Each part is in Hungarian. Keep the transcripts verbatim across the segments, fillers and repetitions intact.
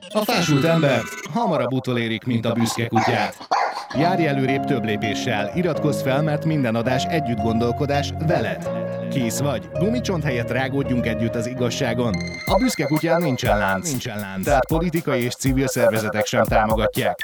A fásult embert hamarabb utolérik, mint a büszke kutyát. Járj előrébb több lépéssel, iratkozz fel, mert minden adás együtt gondolkodás veled. Kész vagy? Gumicsont helyett rágódjunk együtt az igazságon. A büszke kutyán nincsen lánc, nincsen lánc, tehát politikai és civil szervezetek sem támogatják.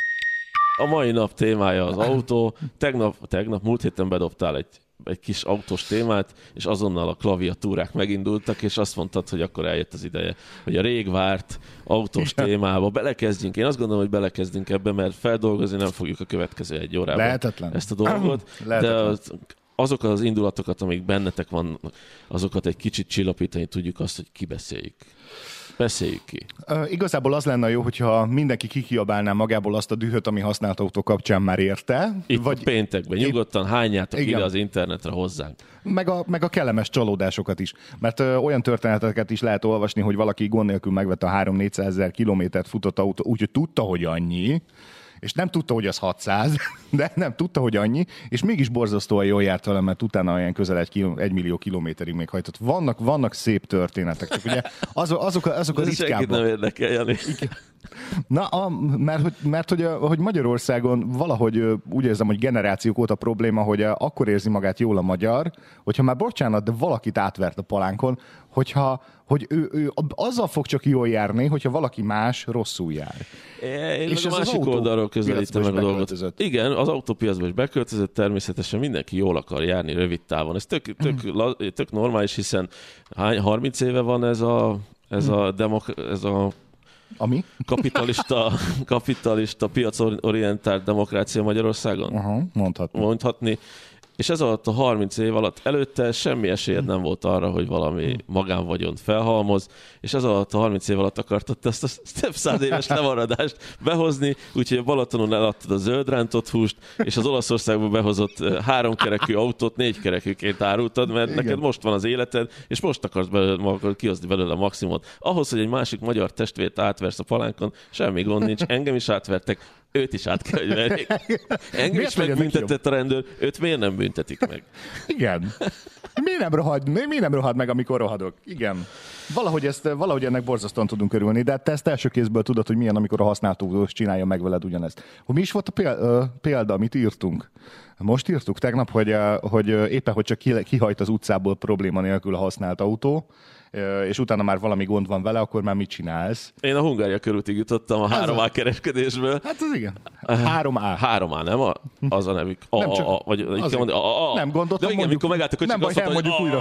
A mai nap témája az autó. Tegnap, tegnap múlt héten bedobtál egy, egy kis autós témát, és azonnal a klaviatúrák megindultak, és azt mondtad, hogy akkor eljött az ideje, hogy a rég várt autós témába belekezdjünk. Én azt gondolom, hogy belekezdünk ebbe, mert feldolgozni nem fogjuk a következő egy órában Lehetetlen. ezt a dolgot. Lehetetlen. De az, azok az indulatokat, amik bennetek vannak, azokat egy kicsit csillapítani tudjuk azt, hogy kibeszéljük. Beszéljük ki. Uh, igazából az lenne jó, hogyha mindenki kikiabálná magából azt a dühöt, ami használt autó kapcsán már érte. Itt vagy péntekben, nyugodtan hányjátok igen. ide az internetre hozzánk. Meg a, meg a kellemes csalódásokat is. Mert ö, olyan történeteket is lehet olvasni, hogy valaki gond nélkül megvette a három-négyszázezer kilométert futott autó, úgyhogy tudta, hogy annyi, és nem tudta, hogy az hatszáz, de nem tudta, hogy annyi, és mégis borzasztóan jól járt vele, mert utána olyan közel egy, kiló, egy millió kilométerig még hajtott. Vannak, vannak szép történetek, csak ugye azok, azok, azok a ritkábbak. Senkit nem érdekel, Jani. Na, a, mert, hogy, mert hogy, hogy Magyarországon valahogy úgy érzem, hogy generációk óta probléma, hogy akkor érzi magát jól a magyar, hogyha már bocsánat, de valakit átvert a palánkon, hogyha hogy ő, ő azzal fog csak jól járni, hogyha valaki más rosszul jár. Én és a másik oldalról közelítem meg a dolgot. Igen, az autópiacba is beköltözött, természetesen mindenki jól akar járni rövid távon. Ez tök, tök, mm. tök normális, hiszen hány, harminc éve van ez a, ez a, demok, ez a Ami? kapitalista, kapitalista piacorientált demokrácia Magyarországon? Aha, mondhatni. Mondhatni. És ez alatt a harminc év alatt előtte semmi esélyed nem volt arra, hogy valami magánvagyont felhalmoz, és ez alatt a harminc év alatt akartad ezt a több száz éves lemaradást behozni, úgyhogy a Balatonon eladtad a zöldrántott húst, és az Olaszországban behozott háromkerekű autót négykerekűként árultad, mert igen. neked most van az életed, és most akarsz belőle, kihozni belőle a maximumot. Ahhoz, hogy egy másik magyar testvért átversz a palánkon, semmi gond nincs, engem is átvertek, őt is át kell, hogy verjék. Engem is megbüntetett a rendőr, őt miért nem büntetik meg? Igen. Miért nem rohad, miért nem rohad meg, amikor rohadok? Igen. Valahogy, ezt, valahogy ennek borzasztóan tudunk örülni, de te ezt első kézből tudod, hogy milyen, amikor a használtó csinálja meg veled ugyanezt. Hogy mi is volt a példa, példa amit írtunk? Most írtuk tegnap, hogy, hogy éppen, hogy csak kihajt az utcából probléma nélkül a használt autó, és utána már valami gond van vele, akkor már mit csinálsz? Én a Hungária körútig jutottam a három á kereskedésből. Hát az igen. három á. három á, nem? A, az a nevük. A, nem csak, a, a, vagy, az mondani, a, a. Nem gondoltam, de igen, mondjuk. Mikor megálltak, hogy nem baj, elmondjuk újra.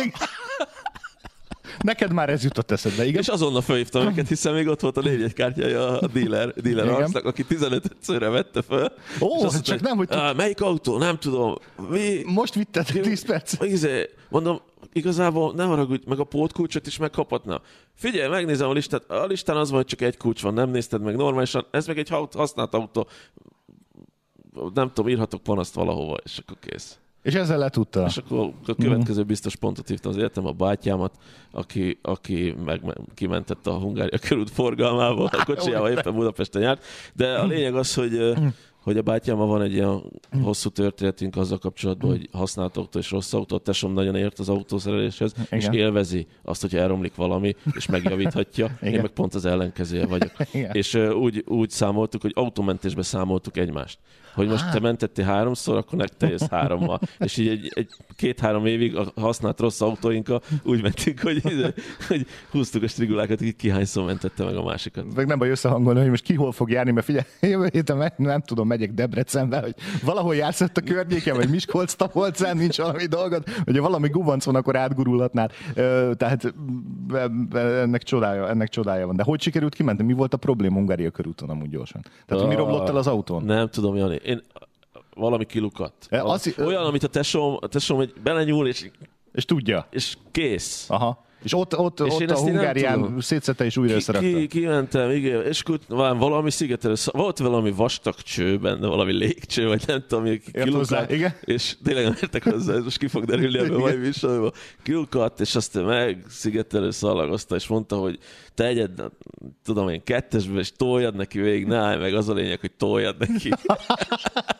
Neked már ez jutott eszedbe, igen? És azonnal felhívtam őket, hiszen még ott volt a névjegykártyája a dealer, dealer arcnak, aki tizenötszörre vette fel. Ó, csak mondta, nem, hogy... Á, melyik autó? Nem tudom. Mi... Most vitted tíz perc. Mondom, igazából nem haragudj, meg a pótkulcsot is megkaphatna. Figyelj, megnézem a listát. A listán az van, hogy csak egy kulcs van, nem nézted meg normálisan. Ez meg egy használt autó. Nem tudom, írhatok panaszt valahova, és akkor kész. És ezzel letudta. És akkor a következő biztos pontot hívtam az életem, a bátyámat, aki, aki meg kimentette a Hungária körút forgalmából, a kocsijával éppen Budapesten járt. De a lényeg az, hogy, hogy a bátyámmal van egy ilyen hosszú történetünk azzal kapcsolatban, hogy használt autó és rossz autó. A tesóm nagyon ért az autószereléshez, és élvezi azt, hogyha elromlik valami, és megjavíthatja. Igen. Én meg pont az ellenkezője vagyok. Igen. És uh, úgy, úgy számoltuk, hogy autómentésbe számoltuk egymást. Hogy most te mentettél háromszor, akkor neked te jössz hárommal. És így egy, egy két-három évig a használt rossz autóinkkal úgy mentünk, hogy, hogy húztuk a strigulákat, ki, ki hányszor mentette meg a másikat. Meg nem baj összehangolni, hogy most ki hol fog járni, mert figyelj, jövő héten nem, nem tudom, megyek Debrecenbe, hogy valahol jársz ott a környéken, vagy Miskolc Tapolcán, nincs valami dolgod, hogy valami gubanc van, akkor átgurulhatnál. Tehát ennek csodája, ennek csodája van. De hogy sikerült kimenni? Mi volt a probléma Hungária körúton amúgy gyorsan? Tehát uh, mi romlott el az autón? Nem tudom, Jani. Én valami kilukadt. E, az, olyan, amit a tesóm, a tesóm egy belenyúl, és, és tudja. És kész. Aha. És ott, ott, és ott a Hungárián szétszette és újra összerakta. Ki, kimentem, igen, és valami szigetelő, volt valami vastag cső benne, valami légcső, vagy nem tudom, ami kilukadt, és tényleg nem értek hozzá, ez most ki fog derülni ebben a mai műsorban. Kilukadt, és azt meg szigetelő szalagozta, és mondta, hogy te egyed, tudom én, kettesből, és toljad neki végig, ne állj meg, az a lényeg, hogy toljad neki.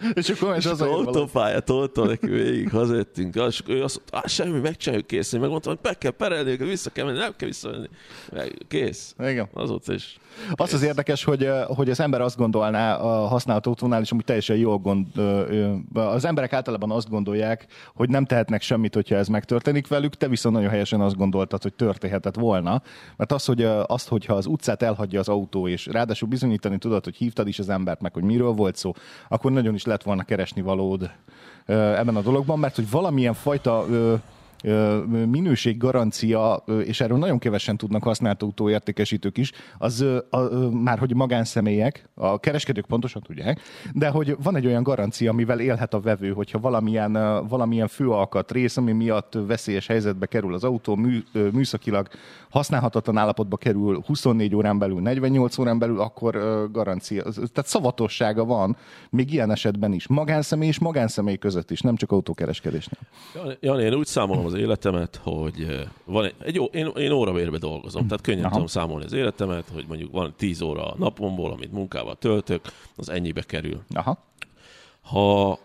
És akkor és az akkor autópályát toltam neki végig, hazajöttünk, és akkor ő azt mondta, ah, semmi, megcsináljuk, kész. Én megmondtam, hogy be kell perelni, vissza kell menni, nem kell visszamenni. Kész. Igen. Azóta is. Az az érdekes, hogy, hogy az ember azt gondolná a használt autónál, és amúgy teljesen jól gond, az emberek általában azt gondolják, hogy nem tehetnek semmit, hogyha ez megtörténik velük, te viszont nagyon helyesen azt gondoltad, hogy történhetett volna. Mert az, hogy azt, hogyha az utcát elhagyja az autó, és ráadásul bizonyítani tudod, hogy hívtad is az embert meg, hogy miről volt szó, akkor nagyon is lett volna keresni valód ebben a dologban, mert hogy valamilyen fajta minőséggarancia, és erről nagyon kevesen tudnak használt autóértékesítők is, az a, a, már hogy magánszemélyek, a kereskedők pontosan tudják, de hogy van egy olyan garancia, amivel élhet a vevő, hogyha valamilyen, valamilyen főalkat rész, ami miatt veszélyes helyzetbe kerül az autó, mű, műszakilag használhatatlan állapotba kerül huszonnégy órán belül, negyvennyolc órán belül, akkor garancia. Tehát szavatossága van, még ilyen esetben is. Magánszemély és magánszemély között is, nem csak autókereskedésnél. Jani, én úgy számolom az életemet, hogy van egy, egy jó, én, én órabérbe dolgozom, tehát könnyen Aha. tudom számolni az életemet, hogy mondjuk van tíz óra a napomból, amit munkával töltök, az ennyibe kerül. Aha. Ha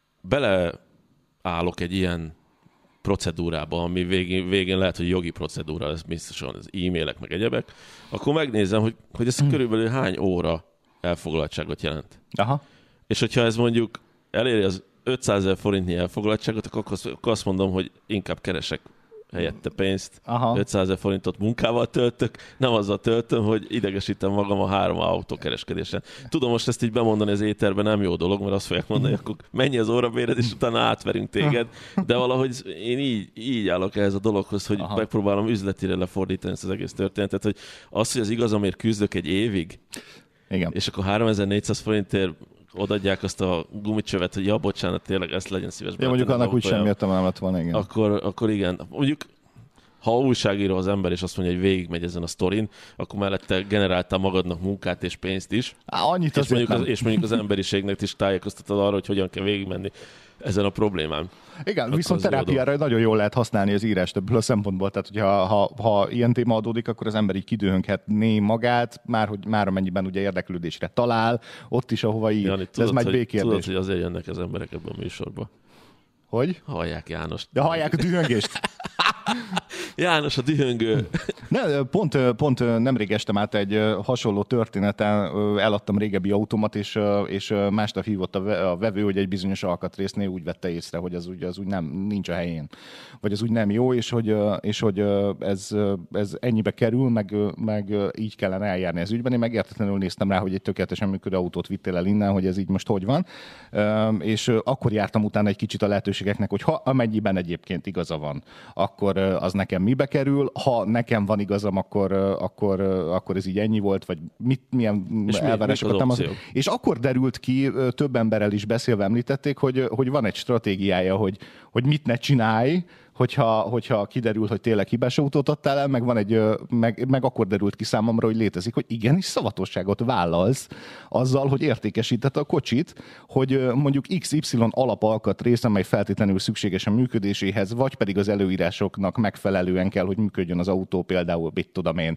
beleállok egy ilyen procedúrába, ami végén, végén lehet, hogy jogi procedúra, ez biztosan az e-mailek, meg egyebek, akkor megnézem, hogy, hogy ez hmm. körülbelül hány óra elfoglaltságot jelent. Aha. És hogyha ez mondjuk eléri az ötszázezer forintnyi elfoglaltságot, akkor azt mondom, hogy inkább keresek helyette pénzt. Aha. ötszázezer forintot munkával töltök, nem azzal töltöm, hogy idegesítem magam a három autókereskedésen. Tudom, most ezt így bemondani az éterben nem jó dolog, mert azt fogják mondani, hogy akkor mennyi az órabéred, és utána átverünk téged. De valahogy én így, így állok ehhez a dologhoz, hogy Aha. megpróbálom üzletire lefordítani ezt az egész történetet, hogy az, hogy az igazamért küzdök egy évig, Igen. és akkor háromezer-négyszáz forintért odaadják azt a gumicsövet, hogy ja, bocsánat, tényleg ezt legyen szíves. Ja, mondjuk annak úgy semmi értelme lett volna, igen. Akkor, akkor igen. Mondjuk, ha újságíró az ember, és azt mondja, hogy végigmegy ezen a sztorin, akkor mellette generáltál magadnak munkát és pénzt is. Á, annyit és, mondjuk az, és mondjuk az emberiségnek is tájékoztatod arra, hogy hogyan kell végigmenni ezen a problémán. Igen, akkor viszont terápiára nagyon jól lehet használni az írást ebből a szempontból. Tehát, hogyha ha, ha ilyen téma adódik, akkor az ember így kidőhönghetné magát, már, hogy már amennyiben ugye érdeklődésre talál, ott is, ahova ír. Jani, tudod, ez már egy békérdés. Tudod, hogy azért jönnek az emberek ebben a műsorba. Hogy? Hallják Jánost. De hallják a dühöngést. János a dühöngő. Ne, pont, pont nemrég estem át egy hasonló történeten, eladtam régebbi automat, és, és másnap hívott a vevő, hogy egy bizonyos alkatrésznél úgy vette észre, hogy az úgy, az úgy nem, nincs a helyén. Vagy az úgy nem jó, és hogy, és hogy ez, ez ennyibe kerül, meg, meg így kellene eljárni az ügyben. Én megértetlenül néztem rá, hogy egy tökéletesen működő autót vittél el innen, hogy ez így most hogy van. És akkor jártam utána egy kicsit a lehetőségeknek, hogy ha amennyiben egyébként igaza van, akkor az nekem mibe kerül, ha nekem van igazam, akkor, akkor, akkor ez így ennyi volt, vagy mit, milyen elvárásokat nem az. És akkor derült ki, több emberrel is beszélve említették, hogy, hogy van egy stratégiája, hogy, hogy mit ne csinálj, hogyha, hogyha kiderül, hogy tényleg hibás autót adtál el, meg, van egy, meg, meg akkor derült ki számomra, hogy létezik, hogy igenis szavatosságot vállalsz azzal, hogy értékesíted a kocsit, hogy mondjuk iksz ipszilon alapalkatrész, amely feltétlenül szükséges a működéséhez, vagy pedig az előírásoknak megfelelően kell, hogy működjön az autó, például, mit tudom én,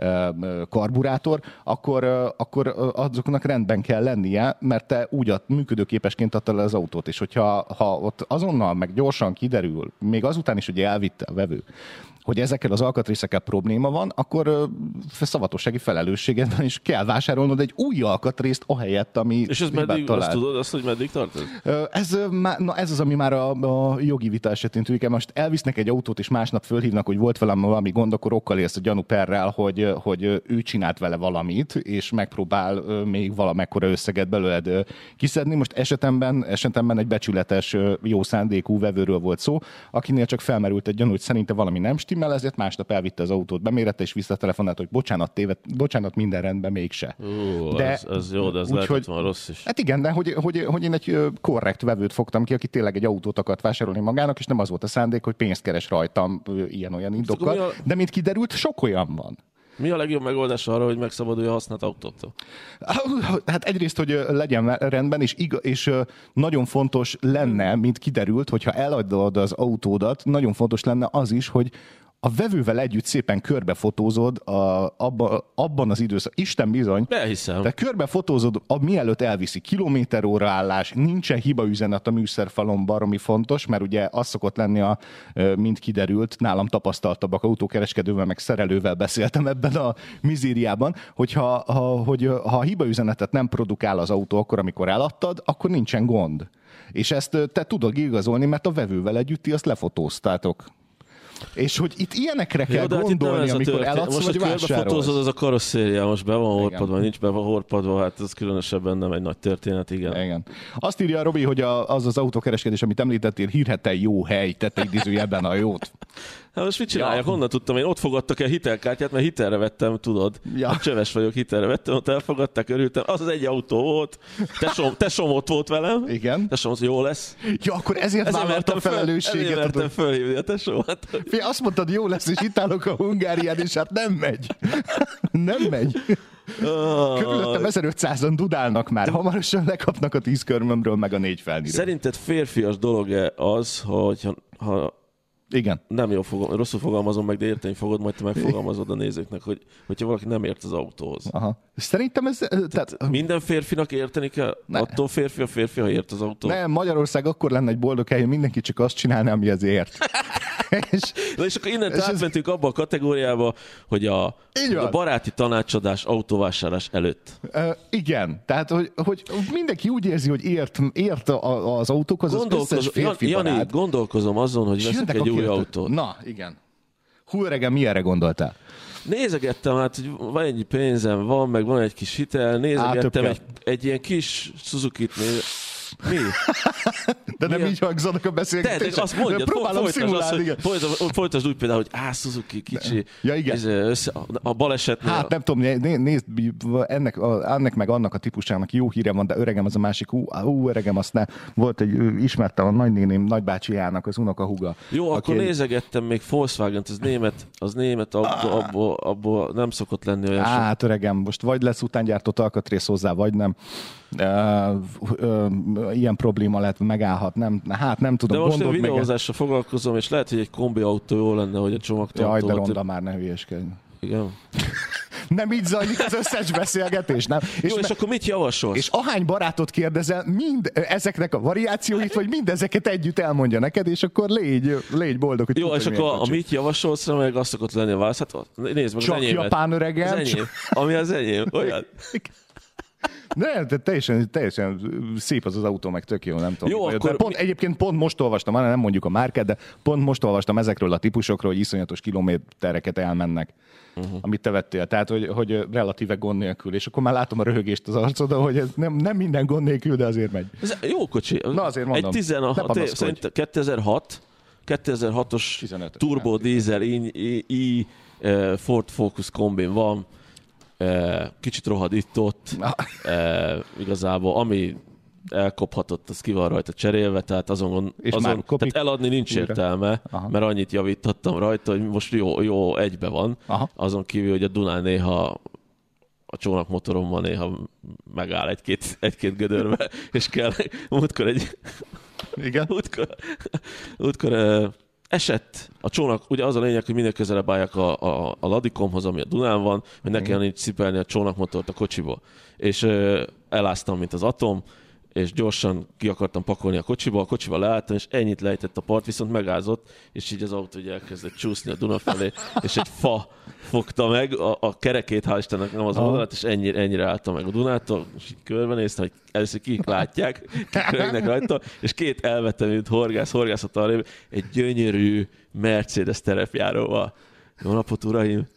karburátor, akkor, akkor azoknak rendben kell lennie, mert te úgy ad, működőképesként adtad el az autót, és hogyha ha ott azonnal meg gyorsan kiderül, még azután is ugye elvitte a vevő, hogy ezekkel az alkatrészekkel probléma van, akkor uh, szavatossági felelősséged van, és kell vásárolnod egy új alkatrészt ahelyett, ami és ez meddig, azt tudod, azt, hogy meddig tart ez? Uh, ez, uh, na, ez az, ami már a, a jogi vita esetén tűnik. Most elvisznek egy autót, és másnap fölhívnak, hogy volt velem valami gond, akkor okkal élsz a gyanúperrel, hogy, hogy ő csinált vele valamit, és megpróbál uh, még valamekkora összeget belőled uh, kiszedni. Most esetemben, esetemben egy becsületes, uh, jó szándékú vevőről volt szó, akinél csak felmerült egy gyanú, hogy szerinte valami nem stimmel, ezért másnap elvitte az autót, bemérette és visszatelefonált, hogy bocsánat, téved, bocsánat, minden rendben, mégse. Ú, de, ez, ez jó, de ez lehet, hogy van rossz is. Hát igen, de hogy, hogy, hogy én egy korrekt vevőt fogtam ki, aki tényleg egy autót akart vásárolni magának, és nem az volt a szándék, hogy pénzt keres rajtam ilyen-olyan indokkal. A... De mint kiderült, sok olyan van. Mi a legjobb megoldás arra, hogy megszabadulja a használt autótól? Hát egyrészt, hogy legyen rendben, és, iga, és nagyon fontos lenne, mint kiderült, hogyha eladod az autódat, nagyon fontos lenne az is, hogy a vevővel együtt szépen körbefotózod a, abba, abban az időszakban. Isten bizony. Elhiszem. De körbefotózod, a, mielőtt elviszi, kilométeróra állás, nincsen hibaüzenet a műszerfalon, baromi fontos, mert ugye az szokott lenni, a, mint kiderült, nálam tapasztaltabbak autókereskedővel, meg szerelővel beszéltem ebben a mizériában, hogyha ha, hogy, ha a hibaüzenetet nem produkál az autó akkor, amikor eladtad, akkor nincsen gond. És ezt te tudod igazolni, mert a vevővel együtt ti azt lefotóztátok. És hogy itt ilyenekre kell Jó, gondolni, amikor eladsz, most vagy vásárolsz. Most fotózod, az a karosszéria, most be van horpadva, vagy nincs be van horpadva, hát ez különösebben nem egy nagy történet, igen. igen. Azt írja Robi, hogy a, az az autókereskedés, amit említettél, hírheten jó hely, tette idézőjelben a jót. Hát most mit csináljak? Ja. Honnan tudtam én? Ott fogadtak el hitelkártyát, mert hitelre vettem, tudod. Ja. Hát csöves vagyok, hitelre vettem, ott elfogadták, örültem. Az az egy autó volt. Tesom, tesom ott volt velem. Igen. Tesom, az jó lesz. Ja, akkor ezért, ezért vállaltam felelősséget. Ezért mertem fölhívni a tesómat. Fé, azt mondtad, jó lesz, és itt állok a Hungárián, és hát nem megy. nem megy. Körülöttem ezerötszázan dudálnak már. Hamarosan lekapnak a tíz körmömről, meg a négy felniről. Szerinted férfias dolog-e az, hogy ha, ha igen. Nem jó fogom, rosszul fogalmazom meg, de érteni fogod, majd te megfogalmazod a nézőknek, hogy hogyha valaki nem ért az autóhoz. Aha. Szerintem ez... Tehát, tehát minden férfinak érteni kell? Ne. Attól férfi a férfi, ha ért az autóhoz? Nem, Magyarország akkor lenne egy boldog hely, mindenki csak azt csinálna, ami az ért. és, Na és akkor innen átmentünk ez... abba a kategóriába, hogy a, a baráti tanácsadás autóvásárlás előtt. Uh, igen, tehát hogy, hogy mindenki úgy érzi, hogy ért, ért az autókhoz az összes férfi Jani, barát. gondolkozom azon, hogy veszek egy új autót. Na, igen. Hú, öregem, mi erre gondoltál? Nézegettem, hát, hogy van egy pénzem, van, meg van egy kis hitel, nézegettem egy, egy ilyen kis Suzuki-t néz... Mi? De nem mi így hangzanak a beszélgetések. Te, azt mondjad, próbálom szimulálni. Folytasd úgy például, hogy á, Suzuki, kicsi, ja, igen. Össze, a balesetnél. Hát nem tudom, nézd, ennek, ennek meg annak a típusának jó híre van, de öregem az a másik, ú, ú öregem, azt ne. Volt egy, ismertem a nagynéném, nagybácsiának az unokahuga. Jó, akkor egy... nézegettem még Volkswagen-t, az német, az német autó, ah. abból, abból nem szokott lenni olyan sok. Hát öregem, most vagy lesz utángyártott alkatrész hozzá, vagy nem. Uh, uh, ilyen probléma lehet, megállhat, nem, hát nem tudom. De most én videózással meg... foglalkozom, és lehet, hogy egy kombi autó jó lenne, hogy a csomagtartó... Jaj, de ronda már, ne hülyeskedj. Igen. Nem így zajlik az összes beszélgetés, nem? És, Jó, és me... akkor mit javasolsz? És ahány barátot kérdezel, mind ezeknek a variációit, vagy mindezeket együtt elmondja neked, és akkor légy, légy boldog, hogy... Jó, és akkor a, a mit javasolsz, meg azt szokott lenni a válasz. Hát nézd meg, csak az enyémet. Japán öregem. Az enyém. Ami az enyém. Olyan. Nem, de teljesen, teljesen szép az az autó, meg tök jó, nem tudom. Jó, akkor pont, mi... Egyébként pont most olvastam, nem mondjuk a márkát, de pont most olvastam ezekről a típusokról, hogy iszonyatos kilométereket elmennek, uh-huh. amit te vettél. Tehát, hogy, hogy relatíve gond nélkül. És akkor már látom a röhögést az arcodon, hogy ez nem, nem minden gond nélkül, de azért megy. Ez jó kocsi. Na azért mondom. Egy tizenhat, szerint kétezer-hat, kétezer-hatos turbo dízel i, i, i Ford Focus kombin van. Kicsit rohad itt-ott, e, igazából ami elkophatott, az ki van rajta cserélve, tehát azon, azon tehát eladni nincs újra értelme, Aha. mert annyit javítottam rajta, hogy most jó, jó egybe van, Aha. azon kívül, hogy a Dunán néha a csónakmotorommal néha megáll egy-két, egy-két gödörbe, és kell múltkor egy... Igen? Múltkor, múltkor esett a csónak, ugye az a lényeg, hogy minél közelebb álljak a, a, a Ladikomhoz, ami a Dunán van, hogy ne kellene így cipelni a csónakmotort a kocsiból. És ö, eláztam, mint az atom, és gyorsan ki akartam pakolni a kocsiba, a kocsiba leálltam, és ennyit lejtett a part, viszont megázott, és így az autó ugye elkezdett csúszni a Duna felé, és egy fa fogta meg a, a kerekét, hál' Istennek nem az oldalat, és ennyire, ennyire álltam meg a Dunától, és így körbenéztem, hogy először kik látják, kik rögnek rajta, és két elvetemült horgász, horgászat arrébb, egy gyönyörű Mercedes terepjáróval. Jó napot, uraim!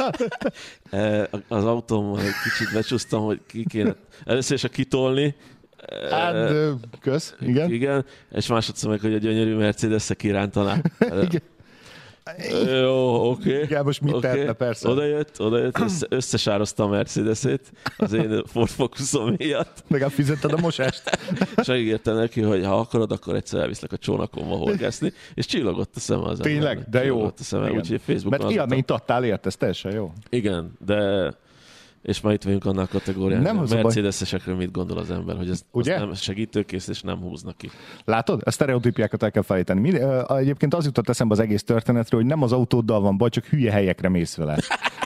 Az autómmal egy kicsit becsúsztam, hogy ki kéne először is a kitolni, hát, kösz, igen. Igen, és másodszor meg, hogy a gyönyörű Mercedes-e kirántaná. Igen. Jó, oké. Okay. Igen, most mit okay. tehetne, persze. Oda jött, oda jött, össze, összesározta a Mercedes-ét az én Ford Focusom miatt. Legalább fizetted a mosást. És megígértem neki, hogy ha akarod, akkor egyszer elviszlek a csónakomba horgászni, és csillogott a szeme az Tényleg? embernek. De jó. A szeme, úgyhogy Facebookon mert élményt adtál ért, ez teljesen jó. Igen, de És már itt vagyunk annál kategórián, Nem az a baj. Mercedes-esekről mit gondol az ember, hogy ez Ugye? nem segítőkész, és nem húznak ki. Látod? A sztereotípiákat el kell fejteni. Mi, uh, egyébként az jutott eszembe az egész történetről, hogy nem az autóddal van baj, csak hülye helyekre mész vele.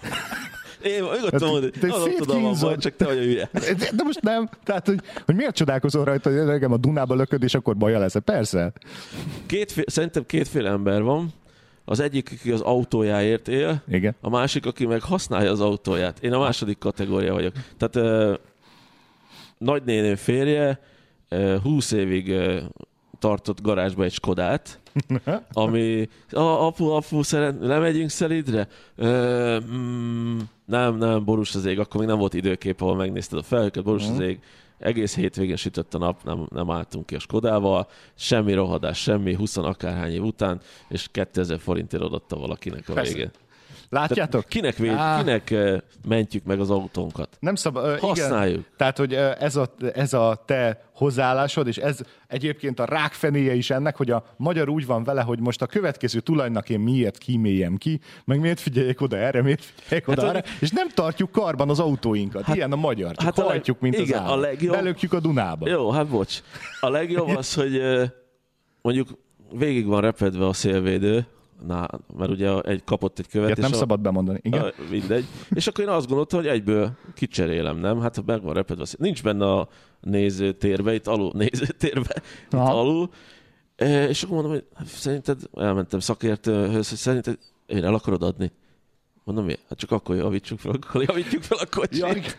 Én nyugodtan mondani, te az autódal van baj, csak te vagy a hülye. De, de most nem. Tehát, hogy, hogy miért csodálkozol rajta, hogy nekem a Dunába lököd, és akkor baja lesz? Persze. Kétféle, szerintem kétféle ember van. Az egyik, aki az autójáért él, Igen. a másik, aki meg használja az autóját. Én a második kategória vagyok. Tehát uh, nagynéném férje uh, húsz évig uh, tartott garázsba egy Skodát, ami a, apu, apu, szeret, lemegyünk Szelidre? Uh, mm, nem, nem, borús az ég, akkor még nem volt időkép, ahol megnézted a felhőket, borús az ég. Egész hétvégén sütött a nap, nem, nem álltunk ki a Skodával, semmi rohadás, semmi, húsz akárhány év után, és kétezer forintért odatta valakinek a végén. Látjátok? Tehát kinek, véd, kinek mentjük meg az autónkat? Nem szabad. Használjuk. Igen. Tehát, hogy ez a, ez a te hozzáállásod, és ez egyébként a rákfenéje is ennek, hogy a magyar úgy van vele, hogy most a következő tulajnak én miért kíméljem ki, meg miért figyeljek oda erre, miért figyeljek oda hát, arra, és nem tartjuk karban az autóinkat. Hát, ilyen a magyar. Csak hát hajtjuk, mint igen, az állat. A legjobb... Belökjük a Dunába. Jó, hát bocs. A legjobb az, hogy mondjuk végig van repedve a szélvédő, na, mert ugye egy, kapott egy követ. Ilyet nem a, szabad bemondani. Igen? A, mindegy. És akkor én azt gondoltam, hogy egyből kicserélem, nem? Hát meg van repedve. Nincs benne a nézőtérbe, itt alul, nézőtérbe, itt alul. E, és akkor mondom, hogy szerinted, elmentem szakértőhöz, hogy szerinted én el akarod adni? Mondom, miért? Hát csak akkor javítsuk fel, akkor javítjuk fel a kocsit.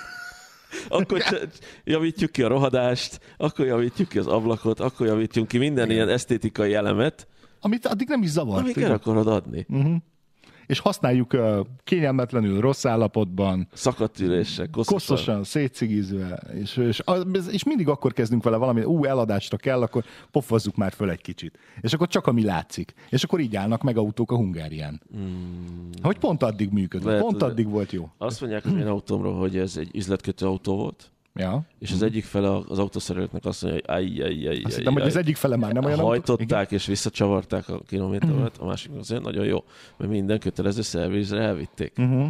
Akkor javítjuk ki a rohadást, akkor javítjuk ki az ablakot, akkor javítjuk ki minden ilyen esztétikai elemet, amit addig nem is zavart. Amíg el akarod adni. Uh-huh. És használjuk uh, kényelmetlenül, rossz állapotban. Szakadt ülésre, koszosan. Koszosan, szétcigizve. És, és, és mindig akkor kezdünk vele valami, ú, eladásra kell, akkor pofozzuk már föl egy kicsit. És akkor csak ami látszik. És akkor így állnak meg autók a Hungárián. Hmm. Hogy pont addig működött, Lehet, pont addig volt jó. Azt mondják az én autómról, hogy ez egy üzletkötő autó volt. Ja. És az egyik fele az autószerelőknek azt mondja, hogy ajj, ajj, ajj, Azt hittem, hogy az egyik fele már nem olyan hajtották autó? És visszacsavarták a kilométert, a másik azért nagyon jó, mert minden kötelező szervizre elvitték. Uh-huh.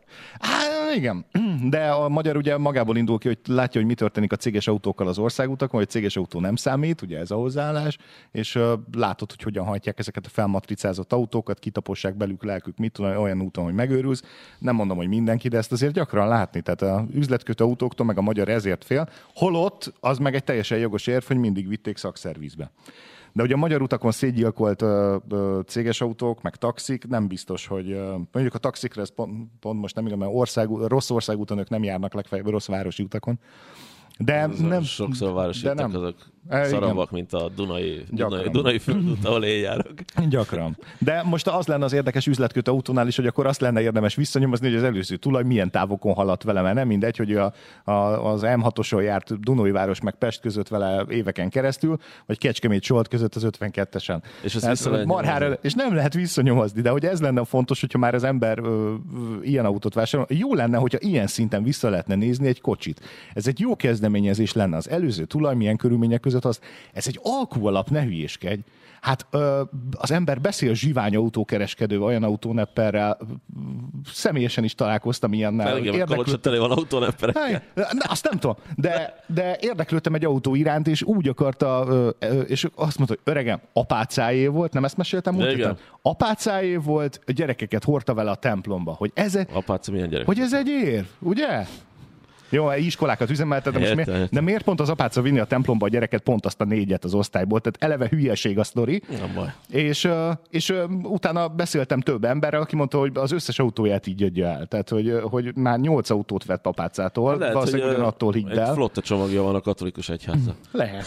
Á, igen, de a magyar ugye magából indul ki, hogy látja, hogy mi történik a céges autókkal az országutakon, hogy céges autó nem számít, ugye ez a hozzáállás, és uh, látod, hogy hogyan hajtják ezeket a felmatricázott autókat, kitapossák belük lelkük, mit tudom, olyan úton, hogy megőrülsz. Nem mondom, hogy mindenki, de ezt azért gyakran látni. Tehát a üzletkötő autóktól meg a magyar ezért fél, holott az meg egy teljesen jogos érv, hogy mindig vitték szakszervizbe. De ugye a magyar utakon szétgyilkolt ö, ö, céges autók, meg taxik, nem biztos, hogy ö, mondjuk a taxikra ez pont, pont most nem igaz, mert ország, rossz országúton ők nem járnak legfeljebb rossz városi utakon. De nem, sokszor a városi utak nem. Azok e, szarabbak, mint a Dunai, Dunai, Dunai földút, ahol én járok. Gyakran. De most az lenne az érdekes üzletkötő autónál is, hogy akkor azt lenne érdemes visszanyomozni, hogy az előző tulaj milyen távokon haladt vele, mert nem mindegy, hogy a, a, az em hatoson járt Dunajváros meg Pest között vele éveken keresztül, vagy Kecskemét-Solt között az ötvenkettesen. És, hát, marhára, és nem lehet visszanyomozni, de hogy ez lenne fontos, hogyha már az ember ö, ö, ilyen autót vásárol, jó lenne, hogyha ilyen szinten vissza lehetne nézni egy kocsit. Ez egy jó kezdeményezés lenne az előző tulaj, milyen körülmények között az. Ez egy alkúalap, ne hülyéskedj. Hát ö, az ember beszél zsivány autókereskedővel, olyan autónepperrel, személyesen is találkoztam ilyennel. Igen, Érdeklő... kalocsot tele van autónepperekkel. Azt nem tudom, de, de érdeklődtem egy autó iránt, és úgy akarta, ö, ö, és azt mondta, hogy öregem, apácájé volt, nem ezt meséltem? Mondtam? Apácájé volt, gyerekeket hordta vele a templomba. Hogy ez, Apáca milyen gyerek? Hogy ez egy érv, ugye? Jó, iskolákat üzemeltetem, most miért, érte. De miért pont az apáca vinni a templomba a gyereket, pont azt a négyet az osztályból? Tehát eleve hülyeség a sztori. Nem baj. És, és utána beszéltem több emberrel, aki mondta, hogy az összes autóját így adja el. Tehát, hogy, hogy már nyolc autót vett apácától, lehet, valószínűleg ugyanattól hidd el. Egy flotta csomagja van a katolikus egyházza. Lehet.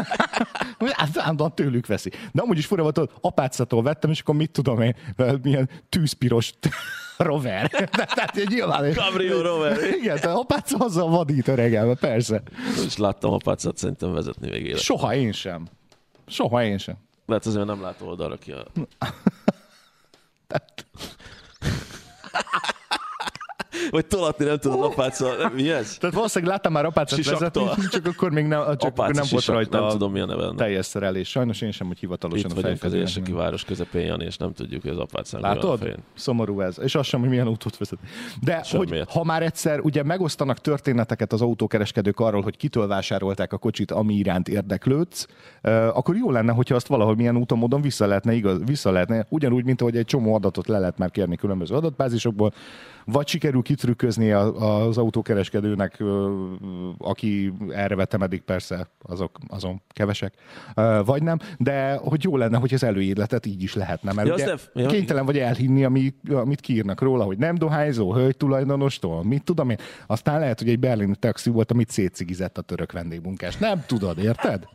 Állandóan tőlük veszi. De amúgy is fura volt, hogy apácától vettem, és akkor mit tudom én, milyen tűzpiros rover. Tehát nyilván... Cabrio rover. Igen, tehát apáca azzal vadít öregem, persze. És láttam apácát szerintem vezetni még életben. Soha én sem. Soha én sem. Lehet azért nem látom oldalra ki a... Vagy tolatni nem tudod apáccal. Nem, mi ez? Tehát valószínűleg láttam már apácát vezetni, csak akkor még nem, csak akkor nem volt rajta nem tudom, mi a neve. teljes szerelés. Sajnos én sem, hogy hivatalosan itt a vagyunk az fejfedélésben. érseki város közepén, Jani, és nem tudjuk, hogy az apácán Látod? mi van a fején. Szomorú ez. És az sem, hogy milyen autót vezet. De Semmiért. hogy ha már egyszer ugye megosztanak történeteket az autókereskedők arról, hogy kitől vásárolták a kocsit, ami iránt érdeklődsz, akkor jó lenne, hogyha azt valahol milyen úton módon vissza lehetne, igaz, vissza lehetne, ugyanúgy, mint ahogy egy csomó adatot le lehet már kérni különböző adatbázisokból, vagy sikerül kitrükközni az autókereskedőnek, aki erre vetemedik, persze, azok, azon kevesek, vagy nem, de hogy jó lenne, hogy az előéletet így is lehetne, mert ja, ugye def- ja, kénytelen vagy elhinni, ami, amit kiírnak róla, hogy nem dohányzó, hölgy tulajdonostól, mit tudom én. Aztán lehet, hogy egy berlini taxi volt, amit szétcigizett a török vendégmunkás. Nem tudod, érted?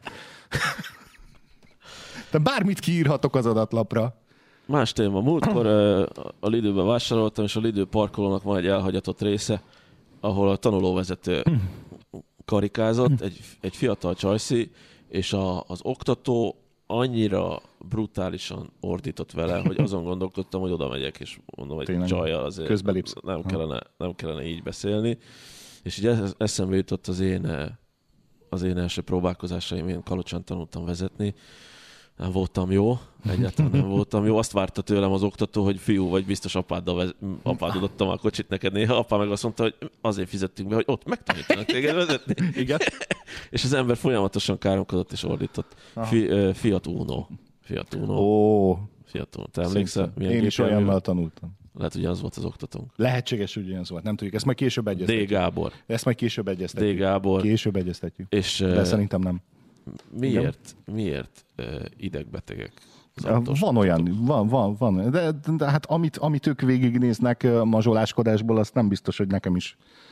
De bármit kiírhatok az adatlapra. Más téma. Múltkor uh, a Lidlben vásároltam, és a Lidl parkolónak van egy elhagyatott része, ahol a tanulóvezető karikázott, egy, egy fiatal csajszi, és a, az oktató annyira brutálisan ordított vele, hogy azon gondolkodtam, hogy oda megyek, és mondom, hogy tényleg csajjal azért nem kellene, nem kellene így beszélni. És így eszembe jutott az én, az én első próbálkozásaim, én Kalocsán tanultam vezetni. Nem voltam jó, egyáltalán nem voltam jó. Azt várta tőlem az oktató, hogy fiú, vagy biztos apáddal vez... apád adottam a kocsit neked néha. Apá meg azt mondta, hogy azért fizettünk be, hogy ott megtanítanak téged vezetni. Igen. És az ember folyamatosan káromkodott és ordított. Fi, uh, Fiat Uno. Fiat Uno. Ó. Fiat Uno. Te emlékszel? Én is olyannal tanultam. Lehet, hogy az volt az oktatónk. Lehetséges, hogy ugyanaz volt. Nem tudjuk. Ezt majd később egyeztetjük. D. Gábor. Ezt majd később egyeztetjük. D. Gábor. Később egyeztetjük. És, de szerintem nem. Miért, miért uh, idegbetegek? Van olyan, van, van, van. De, de, de hát amit, amit ők végignéznek mazsoláskodásból, azt nem biztos, hogy nekem is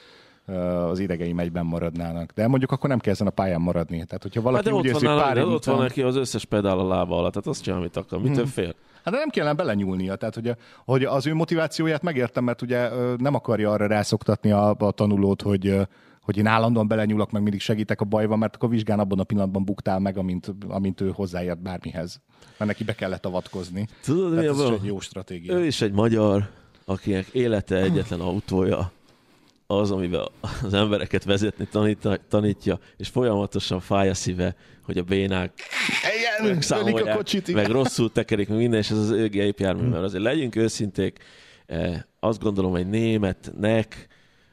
az idegeim egyben maradnának. De mondjuk akkor nem kell ezen a pályán maradni. Tehát, hogyha valaki hát úgy érzi, hogy pár év ott van neki az összes pedál a lába alatt, tehát azt csinál, amit akar. Mitől hmm. fél? Hát de nem kellene belenyúlnia. Tehát, hogy, hogy az ő motivációját megértem, mert ugye nem akarja arra rászoktatni a, a tanulót, hogy hogy én állandóan belenyúlok, meg mindig segítek a bajban, mert akkor a vizsgán abban a pillanatban buktál meg, amint, amint ő hozzáért bármihez. Mert neki be kellett avatkozni. Tudod, mi ez is egy jó stratégia. Ő is egy magyar, akinek élete egyetlen autója az, amivel az embereket vezetni tanít, tanítja, és folyamatosan fáj a szíve, hogy a bénák megszámolják, a kocsit, meg rosszul tekerik, meg minden, és ez az ő gépjármű. Mert azért legyünk őszinték, azt gondolom, egy németnek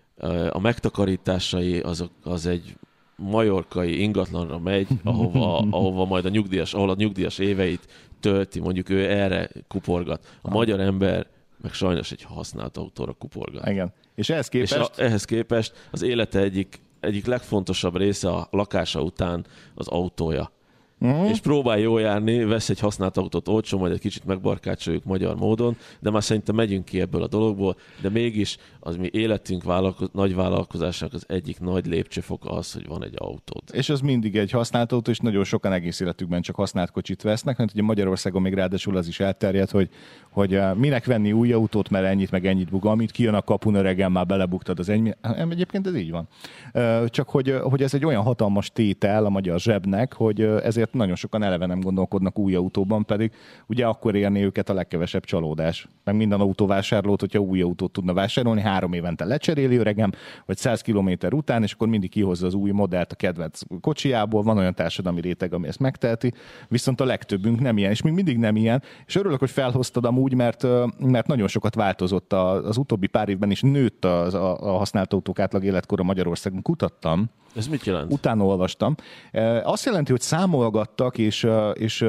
a megtakarításai azok, az egy majorkai ingatlanra megy, ahova, ahova majd a nyugdíjas, ahol a nyugdíjas éveit tölti, mondjuk ő erre kuporgat. A magyar ember meg sajnos egy használt autóra kuporgat. Igen. És ehhez képest? És a, ehhez képest az élete egyik, egyik legfontosabb része a lakása után az autója. Uh-huh. És próbál jól járni, vesz egy használt autót olcsó, majd egy kicsit megbarkácsoljuk magyar módon, de már szerintem megyünk ki ebből a dologból, de mégis az mi életünk vállalkoz, nagy vállalkozásának az egyik nagy lépcsőfoka az, hogy van egy autód. És az mindig egy használt autó, és nagyon sokan egész életükben csak használt kocsit vesznek, mert ugye Magyarországon még ráadásul az is elterjedt, hogy, hogy minek venni új autót, mert ennyit meg ennyit bug, amit kijön a kapun, öregen már belebuktad az ennyi. Egyébként ez így van. Csak hogy, hogy ez egy olyan hatalmas tétel a magyar zsebnek, hogy ezért nagyon sokan eleve nem gondolkodnak új autóban, pedig ugye akkor érni őket a legkevesebb csalódás. Meg minden autóvásárlót, hogyha új autót tudna vásárolni, három évente lecseréli öregem, vagy száz kilométer után, és akkor mindig kihozza az új modellt a kedvenc kocsiából. Van olyan társadalmi réteg, ami ezt megteheti, viszont a legtöbbünk nem ilyen, és még mindig nem ilyen. És örülök, hogy felhoztad amúgy, mert, mert nagyon sokat változott az utóbbi pár évben is, nőtt az, a, a használt autók átlag életkora Magyarországon. Kutattam. Ez mit jelent? Utána olvastam. Azt jelenti, hogy számolgattak, és, és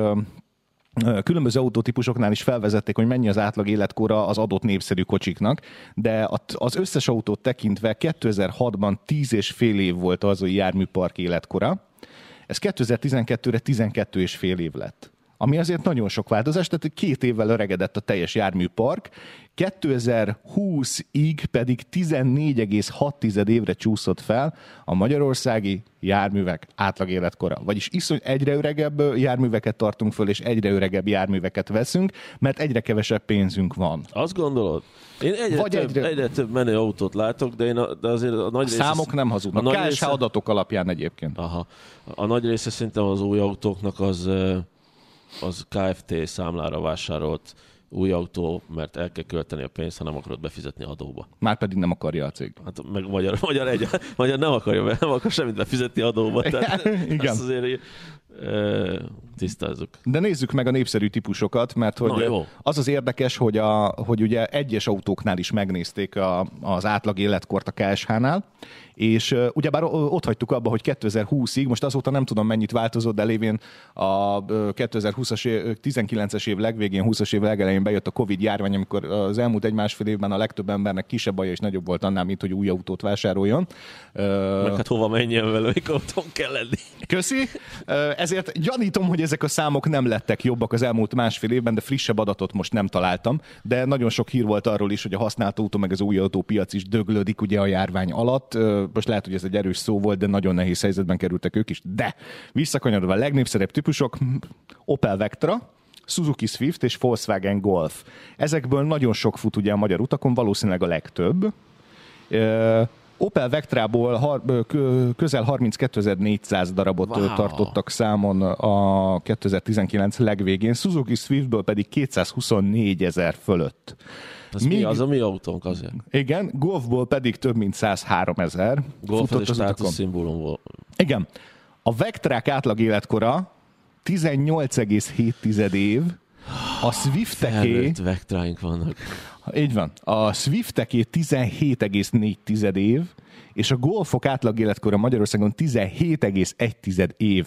különböző autótípusoknál is felvezették, hogy mennyi az átlag életkora az adott népszerű kocsiknak, de az összes autót tekintve kétezer-hatban tíz és fél év volt az a járműpark életkora. Ez kétezer-tizenkettőre tizenkét és fél év lett. Ami azért nagyon sok változás, tehát két évvel öregedett a teljes járműpark, kétezer-húszig pedig tizennégy egész hat évre csúszott fel a magyarországi járművek átlag életkora. Vagyis iszony egyre öregebb járműveket tartunk föl, és egyre öregebb járműveket veszünk, mert egyre kevesebb pénzünk van. Azt gondolod? Én egyre, Vagy több, egyre... egyre több menő autót látok, de, én a, de azért a nagy a része... számok nem hazudnak. A ká es há része... adatok alapján egyébként. Aha. A nagy része szerintem az új autóknak az... az ká ef té számlára vásárolt új autó, mert el kell költeni a pénzt, ha nem akarod befizetni adóba. Már pedig nem akarja a cég. Hát meg magyar, magyar, egy, magyar nem akarja, nem akar semmit befizetni adóba. Tehát igen. Azt azért e, tisztázzuk. De nézzük meg a népszerű típusokat, mert hogy Na, az az érdekes, hogy, a, hogy ugye egyes autóknál is megnézték a, az átlag életkort a ká es há-nál, és uh, ugyebár ott hagytuk abba, hogy kétezer-húszig, most azóta nem tudom mennyit változott, de lévén a uh, kétezer-húszas év, tizenkilences év legvégén, húszas év legelején bejött a Covid járvány, amikor az elmúlt egy-másfél évben a legtöbb embernek kisebb baja és nagyobb volt annál, mint hogy új autót vásároljon. Uh, Meg hát hova menjen vele, mikor otthon kell lenni. Köszi. Uh, ezért gyanítom, hogy ezek a számok nem lettek jobbak az elmúlt másfél évben, de frissebb adatot most nem találtam, de nagyon sok hír volt arról is, hogy a használt autó meg az új autópiac is döglődik ugye a járvány alatt. Uh, most lehet, hogy ez egy erős szó volt, de nagyon nehéz helyzetben kerültek ők is. De visszakanyarodva a legnépszerűbb típusok, Opel Vectra, Suzuki Swift és Volkswagen Golf. Ezekből nagyon sok fut ugye a magyar utakon, valószínűleg a legtöbb. Uh, Opel Vectrából har- közel harminckétezer-négyszáz darabot wow. tartottak számon a kétezer-tizenkilenc legvégén, Suzuki Swiftből pedig kétszázhuszonnégyezer fölött. Az Míg... mi? Az a mi autónk azért? Igen, Golfból pedig több mint százháromezer. Golf az a státuszszimbólum volt. Igen. A Vectrák átlag életkora tizennyolc egész hét év, a Swifteké... Felnőtt Vectráink vannak. Így van. A Swifteké tizenhét egész négy év, és a Golfok átlag életkora Magyarországon tizenhét egész egy év.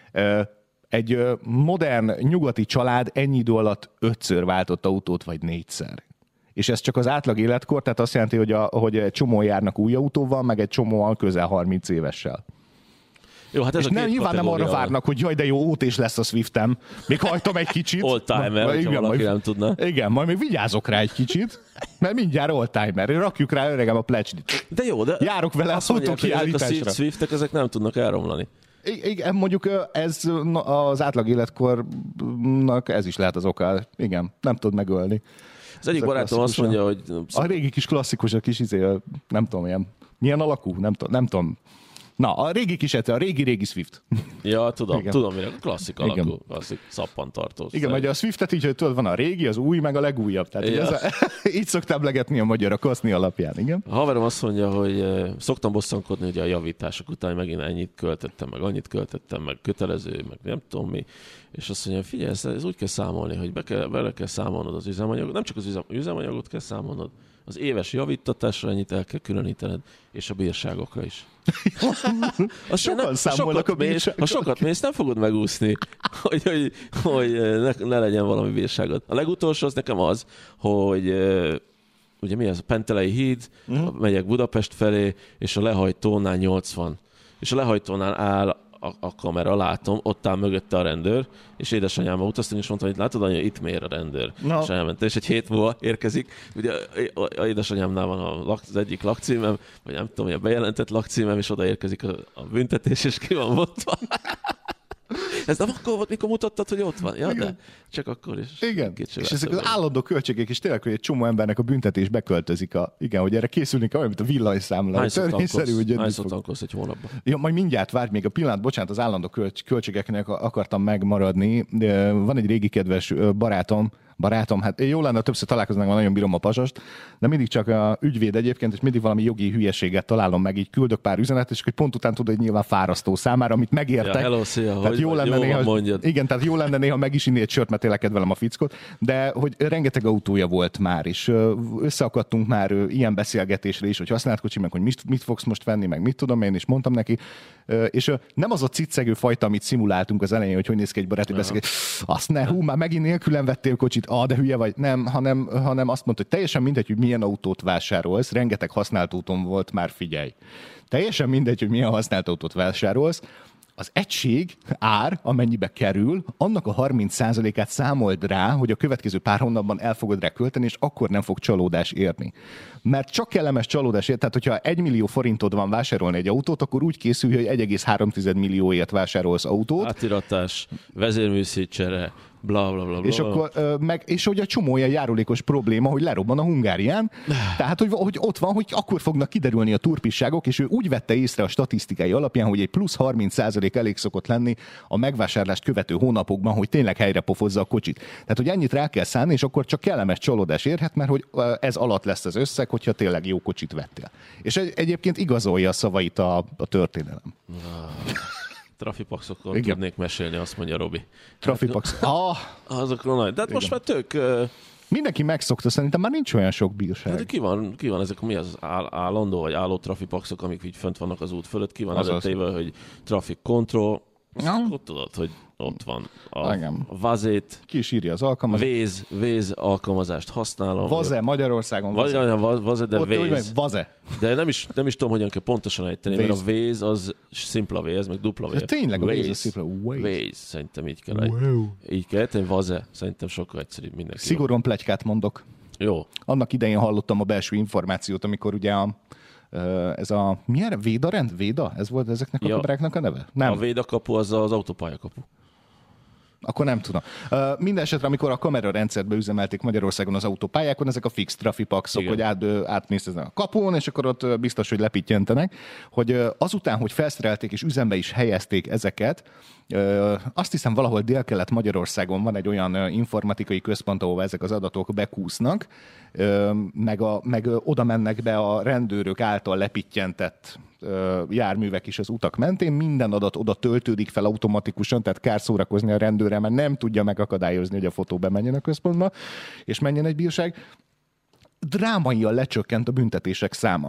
Egy modern nyugati család ennyi idő alatt ötször váltott autót, vagy négyszer. És ez csak az átlag életkor, tehát azt jelenti, hogy, a, hogy egy csomó járnak új autóval, meg egy csomóan közel harminc évessel. Jó, hát ez és a nem, nyilván nem arra várnak, hogy jaj, de jó, ótés lesz a Swiftem. Még hajtom egy kicsit. Oldtimer, hogyha igen, valaki majd, nem tudna. Igen, majd még vigyázok rá egy kicsit, mert mindjárt oldtimer. Rakjuk rá öregem a plecsnit. De jó, de... Járok vele az autókiállításra. Ezek a Swiftek, ezek nem tudnak elromlani. Igen, mondjuk ez az átlag életkornak ez is lehet az oka. Igen, nem tud megölni. Az egyik barátom azt mondja, hogy... A régi kis klasszikus, a kis izé, nem tudom, ilyen, milyen alakú, nem, nem tudom. Na, a régi kis ete, a régi-régi Swift. Ja, tudom, igen. tudom, mire klasszik alakú, igen. klasszik szappantartós. Igen, vagy a Swiftet így, hogy tudod, van a régi, az új, meg a legújabb. Tehát ja. ez a, így szoktam legetni a magyar a kaszni alapján, igen. A haverom azt mondja, hogy uh, szoktam bosszankodni ugye a javítások után, hogy megint ennyit költöttem, meg annyit költöttem, meg kötelező, meg nem tudom mi. És azt mondja, figyelj, ez, ez úgy kell számolni, hogy be kell, bele kell számolnod az üzemanyagot, nem csak az üzem, üzemanyagot kell számolnod, az éves javítatásra ennyit el kell különítened, és a bírságokra is. Sokan számolnak a bírságokra. Ha sokat mész, nem fogod megúszni, hogy, hogy, hogy ne, ne legyen valami bírságod. A legutolsó az nekem az, hogy ugye mi ez, a Pentelei híd, uh-huh. megyek Budapest felé, és a lehajtónál nyolcvan. És a lehajtónál áll a, a kamera, látom, ott áll mögötte a rendőr, és édesanyámmal utaztam, és mondtam, hogy látod, anya, itt mér a rendőr. No. És elment, és egy hét múlva érkezik. Ugye a, a, a édesanyámnál van a lak, az egyik lakcímem, vagy nem tudom, hogy a bejelentett lakcímem, és oda érkezik a, a büntetés, és ki van mondva. Ez nem akkor volt, mikor mutattad, hogy ott van. Ja, igen. De csak akkor is. Igen. És ezek az állandó költségek is tényleg, hogy egy csomó embernek a büntetés beköltözik. A, igen, hogy erre készülni kell, olyan, mint a villanyszámla. Hányszor tankolsz egy hónapban? Ja, majd mindjárt várj még a pillanat, bocsánat, az állandó költs- költségeknek akartam megmaradni. Van egy régi kedves barátom, barátom, hát jó lenne, többször találkoznak, nagyon bírom a pasast, de mindig csak a ügyvéd egyébként, és mindig valami jogi hülyeséget találom meg, így küldök pár üzenetet, és hogy pont után tudod, hogy nyilván fárasztó számára, amit megértek. Ja, hello, szia, tehát hogy jó lenne jó néha, igen, tehát jó lenne néha meg is inni egy sört, mert tényleg kedvelem a fickot, de hogy rengeteg autója volt már, és összeakadtunk már ilyen beszélgetésre is, hogy használt kocsi, meg hogy mit, mit fogsz most venni, meg mit tudom én, és mondtam neki, és nem az a ciccegő fajta, amit szimuláltunk az elején, hogy hogy néz ki egy baráti beszélgetés, azt ne, hú, már megint nélkülem vettél kocsit, ah, de hülye vagy, nem, hanem, hanem azt mondta, hogy teljesen mindegy, hogy milyen autót vásárolsz, rengeteg használt autón volt már, figyelj. Teljesen mindegy, hogy milyen használt autót vásárolsz, az egység ár, amennyibe kerül, annak a harminc százalékát számold rá, hogy a következő pár hónapban el fogod rá költeni, és akkor nem fog csalódás érni. Mert csak kellemes csalódás ér, tehát hogyha egy millió forintod van vásárolni egy autót, akkor úgy készülj, hogy egy egész három millióért vásárolsz autót. Átiratás, vezérműszítcsere, Bla, bla, bla, bla. És, akkor, ö, meg, és hogy a csomó olyan járulékos probléma, hogy lerobban a Hungárián. Tehát, hogy, hogy ott van, hogy akkor fognak kiderülni a turpisságok, és ő úgy vette észre a statisztikai alapján, hogy egy plusz harminc százalék elég szokott lenni a megvásárlást követő hónapokban, hogy tényleg helyre pofozza a kocsit. Tehát, hogy ennyit rá kell szánni, és akkor csak kellemes csalódás érhet, mert hogy ez alatt lesz az összeg, hogyha tényleg jó kocsit vettél. És egy, egyébként igazolja a szavait a, a történelem. Trafipaxokról tudnék mesélni, azt mondja Robi. Trafipax. Ah, azokról nagy. De hát most már tök... Uh... Mindenki megszokta, szerintem már nincs olyan sok bírság. Hát ki van, ki van ezek, mi az áll, állandó vagy álló trafipaxok, amik így fönt vannak az út fölött, ki van az téve, hogy traffic control, ott tudod, hogy ott van a, a vazét. Ki is írja az alkalmazást. Véz, véz alkalmazást használom. Vaze, Magyarországon vaze. Vaze, de véz. Vaze. De nem is, nem is tudom, hogyan kell pontosan ejteni, mert a véz az szimpla véz, meg dupla véz. De tényleg a véz az szimpla véz. Véz, szerintem így kell ejteni. Így kell ejteni, vaze, szerintem sokkal egyszerűbb mindenki. Szigorúan pletykát mondok. Jó. Annak idején hallottam a belső információt, amikor ugye a ez a, milyen Véda rend? Véda? Ez volt ezeknek a ja. kameráknak a neve? Nem. A Véda kapu az az autópályakapu. Akkor nem tudom. Uh, minden esetre, amikor a kamerarendszerbe üzemelték Magyarországon az autópályákon, ezek a fix trafipaxok, igen, hogy át, átmész ezen a kapun, és akkor ott biztos, hogy lepittyentenek, hogy azután, hogy felszerelték és üzembe is helyezték ezeket, uh, azt hiszem valahol Dél-Kelet-Magyarországon van egy olyan informatikai központ, ahol ezek az adatok bekúsznak, uh, meg, a, meg oda mennek be a rendőrök által lepittyentett járművek is az utak mentén, minden adat oda töltődik fel automatikusan, tehát kár szórakozni a rendőrrel, mert nem tudja megakadályozni, hogy a fotó bemenjen a központba, és menjen egy bírság. Drámaian lecsökkent a büntetések száma.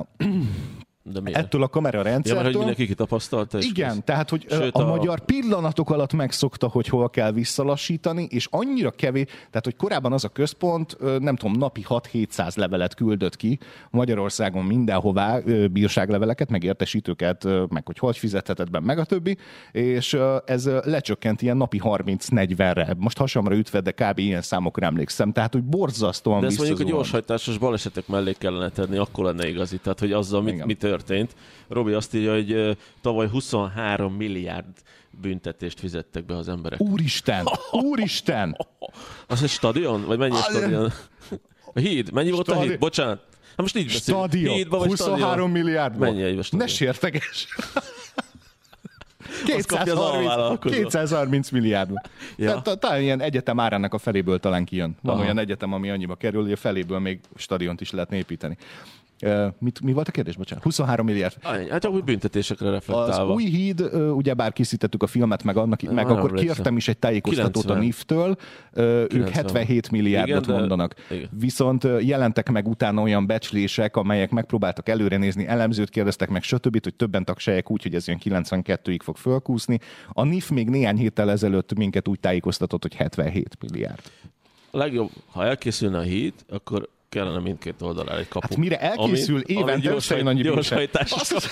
De ettől a kamerarendszertől. Ja, mert hogy mindenki kitapasztalta. Igen, kész. tehát, hogy Sőt, a, a magyar pillanatok alatt megszokta, hogy hol kell visszalassítani, és annyira kevés, tehát, hogy korábban az a központ, nem tudom, napi hat-hétszáz levelet küldött ki Magyarországon mindenhová, bírságleveleket, meg értesítőket, meg hogy hogy fizetheted be, meg a többi, és ez lecsökkent ilyen napi harminc-negyvenre. Most hasamra ütve, de kb. Ilyen számokra emlékszem. Tehát, hogy borzasztóan visszazuhan. De ezt mondjuk a gyorshajtásos balesetek mellé kellene tenni, akkor lenne igazi. Tehát, hogy azzal mit, mit történt. Robi azt írja, hogy uh, tavaly huszonhárom milliárd büntetést fizettek be az emberek. Úristen! Úristen! Az egy stadion? Vagy mennyi a stadion? A híd? Mennyi volt Stadi... a híd? Bocsánat. Hát most így beszélünk. Stadion. Hídba vagy huszonhárom stadion? Milliárd. Mennyi egy stadion? Ne sérteges. kétszázharminc milliárd. Ja. Tehát, talán ilyen egyetem árának a feléből talán kijön. Van Aha. olyan egyetem, ami annyiba kerül, hogy a feléből még stadiont is lehetne építeni. Uh, mit, mi volt a kérdés? Bocsánat. huszonhárom milliárd. Hát csak úgy büntetésekre reflektálva. Az új híd, uh, ugyebár készítettük a filmet, meg, annak, meg akkor emlékszem. Kértem is egy tájékoztatót kilencven. A en i ef-től. Uh, ők hetvenhét milliárdot igen, mondanak. Igen. Viszont uh, jelentek meg utána olyan becslések, amelyek megpróbáltak előrenézni, elemzőt kérdeztek meg, stb., hogy többen tagsálják úgy, hogy ez ilyen kilencvenkettőig fog fölkúszni. A en i ef még néhány héttel ezelőtt minket úgy tájékoztatott, hogy hetvenhét milliárd. A legjobb, ha elkészülne a híd, akkor kellene mindkét oldalára egy kapu. Hát mire elkészül ami, évente összejön annyi gyorshajtás.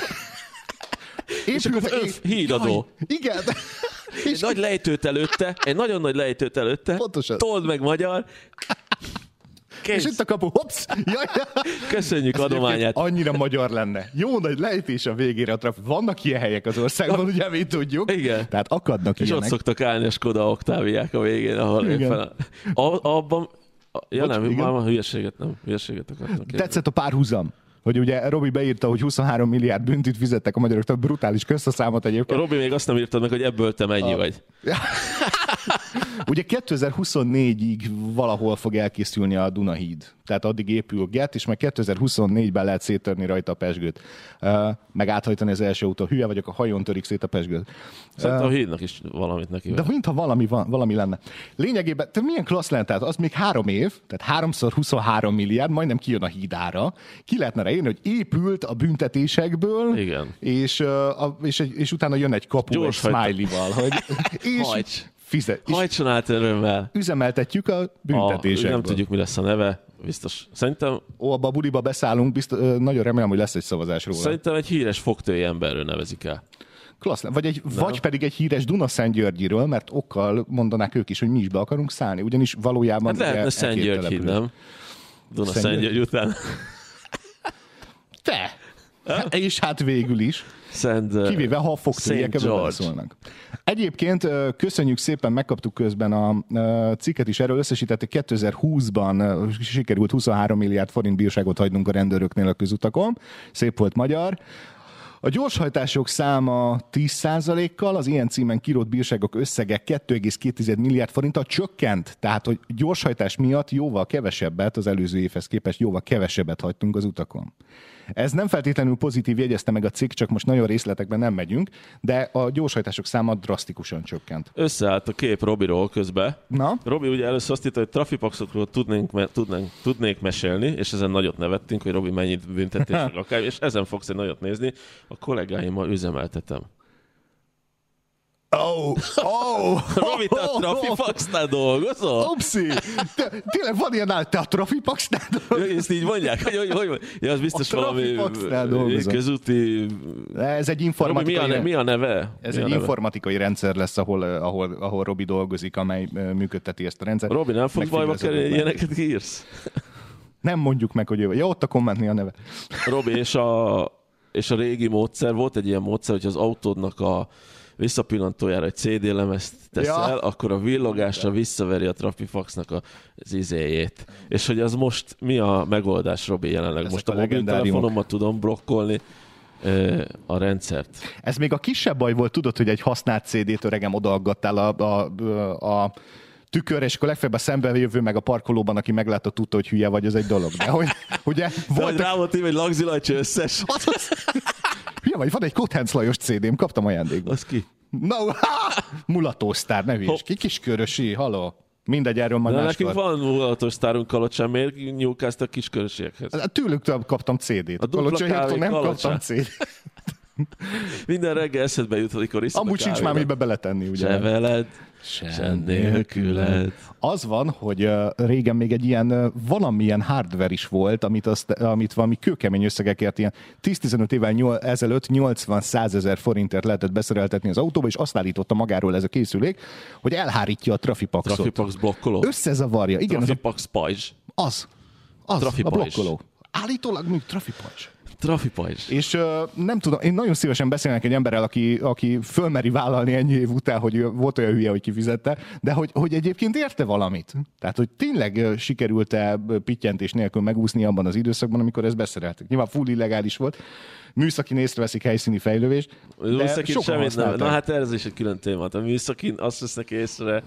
Épült öf, hídadó. Igen. Egy nagy lejtőt előtte, egy nagyon nagy lejtőt előtte. Pontosan. Told meg magyar. Kész. És itt a kapu, hopsz! Jaj, köszönjük adományát. Annyira magyar lenne. Jó nagy lejtés a végére a trafik. Vannak ilyen helyek az országban, ugye, mi tudjuk. Igen. Tehát akadnak és ilyenek. És ott szoktak állni a Skoda Oktáviák a végén, ahol éppen a, a, abban ja nem, már hülyeséget nem, hülyeséget akartam kérdezni. Tetszett a párhuzam, hogy ugye Robi beírta, hogy huszonhárom milliárd büntit fizettek a magyarok, tehát brutális, közt a számot egyébként. Robi még azt nem írtad meg, hogy ebből te mennyi a... vagy. Ugye kétezer-huszonnégyig valahol fog elkészülni a Dunahíd. Tehát addig épül Gett, és meg kétezer-huszonnégyben lehet széttörni rajta a pezsgőt. Uh, meg áthajtani az első úton. Hülye vagyok, a hajón törik szét a pezsgőt. Szerintem uh, a hídnak is valamit neki. De mintha valami, van, valami lenne. Lényegében, te milyen klassz lenne? Tehát az még három év, tehát háromszor huszonhárom milliárd, majdnem kijön a hídára. Ki lehetne rá írni, hogy épült a büntetésekből, igen. És, uh, a, és, egy, és utána jön egy kapu, gyors egy smiley-val. Hogy, és hajts. Fizet. Hajtson át örömmel. Üzemeltetjük a büntetésekből. Nem tudjuk, mi lesz a neve. Biztos. Szerintem... Ó, abba a buliba beszállunk, biztos, nagyon remélem, hogy lesz egy szavazás róla. Szerintem egy híres fogtői emberről nevezik el. Klassz, vagy, egy, vagy pedig egy híres Duna-Szentgyörgyiről, mert okkal mondanák ők is, hogy mi is be akarunk szállni. Ugyanis valójában... Hát lehetne Szentgyörgy híd, nem? Duna-Szentgyörgy után. Te! És hát végül is. Szent, Kivéve, ha a fogtőiek ebben beleszólnak. Egyébként köszönjük szépen, megkaptuk közben a cikket is, erről összesítettek kétezer-húszban sikerült huszonhárom milliárd forint bírságot hagynunk a rendőröknél a közutakon. Szép volt magyar. A gyorshajtások száma tíz százalékkal, az ilyen címen kirótt bírságok összege kettő egész két milliárd forinttal csökkent, tehát hogy gyorshajtás miatt jóval kevesebbet, az előző évhez képest jóval kevesebbet hagytunk az utakon. Ez nem feltétlenül pozitív, jegyezte meg a cikk, csak most nagyon részletekben nem megyünk, de a gyorshajtások száma drasztikusan csökkent. Összeállt a kép Robiról közben. Na? Robi ugye először azt írta, hogy trafipaxokról tudnénk, me- tudnánk, tudnék mesélni, és ezen nagyot nevettünk, hogy Robi mennyit büntetések akár, és ezen fogsz egy nagyot nézni. A kollégáimmal üzemeltetem. Oh, oh, Robi, te a Trafipaxnál dolgozol? Upsi! Te, tényleg van ilyen nál, te a Trafipaxnál dolgozol? Ja, ezt így mondják, hogy, hogy, hogy, hogy ja, az biztos a valami közúti... Ez egy informatikai... Robi, mi, a, mi a neve? Ez mi egy neve? informatikai rendszer lesz, ahol, ahol, ahol Robi dolgozik, amely működteti ezt a rendszert. Robi, nem fogsz bajba kerülni, ilyeneket írsz? Nem mondjuk meg, hogy ő. Ja, ott a kommentni a neve. Robi, és a, és a régi módszer, volt egy ilyen módszer, hogy az autódnak a visszapillantójára egy cé dé lemezt teszel, ja. akkor a villogásra visszaveri a Trafipaxnak az izéjét. És hogy az most mi a megoldás, Robi, jelenleg? Ezek most a, a mobiltelefonommal tudom blokkolni a rendszert. Ez még a kisebb baj volt, tudod, hogy egy használt cé dét öregem odaaggattál a, a, a, a tükörre, és akkor legfeljebb a szembejövő meg a parkolóban, aki meglátta, tudta, hogy hülye vagy, az egy dolog. De hogy, ugye, volt rá volt így, hogy Lagzilajcs összes. Hülye vagy, van egy Kothenc Lajos cé dém, kaptam ajándékba. Az ki? No, mulatósztár, ne hülyes. Ki kiskörösi, haló. Mindegy, erről majd máskor. Nekünk van mulatósztárunk Kalocsán, miért nyúlkáztak kiskörösiekhez? Tőlük kaptam cé dét. A dupla kávé nem Kalocsán. kaptam cé dét. Minden reggel eszedbe jut, amikor iszod amúgy sincs már mibe beletenni, ugye? Se veled, se nélküled. Az van, hogy uh, régen még egy ilyen uh, valamilyen hardware is volt, amit, azt, amit valami kőkemény összegekért ilyen tíz-tizenöt évvel nyol, ezelőtt nyolcvan-százezer forintért lehetett beszereltetni az autóba, és azt állította magáról ez a készülék, hogy elhárítja a Trafipaxot. Trafipax blokkoló? Összezavarja. Igen, Trafipax pajzs. Az. Az. Trafi a blokkoló. Állítólag még Trafipajzs. Trafipajzs. És uh, nem tudom, én nagyon szívesen beszélnek egy emberrel, aki, aki fölmeri vállalni ennyi év után, hogy volt olyan hülye, hogy kifizette, de hogy, hogy egyébként érte valamit. Tehát, hogy tényleg uh, sikerült-e pittyentés nélkül megúszni abban az időszakban, amikor ezt beszereltek. Nyilván full illegális volt, műszakin észreveszik helyszíni fejlődést, de sokan használták. Na hát ez is egy külön téma. A műszakin azt vesznek észre.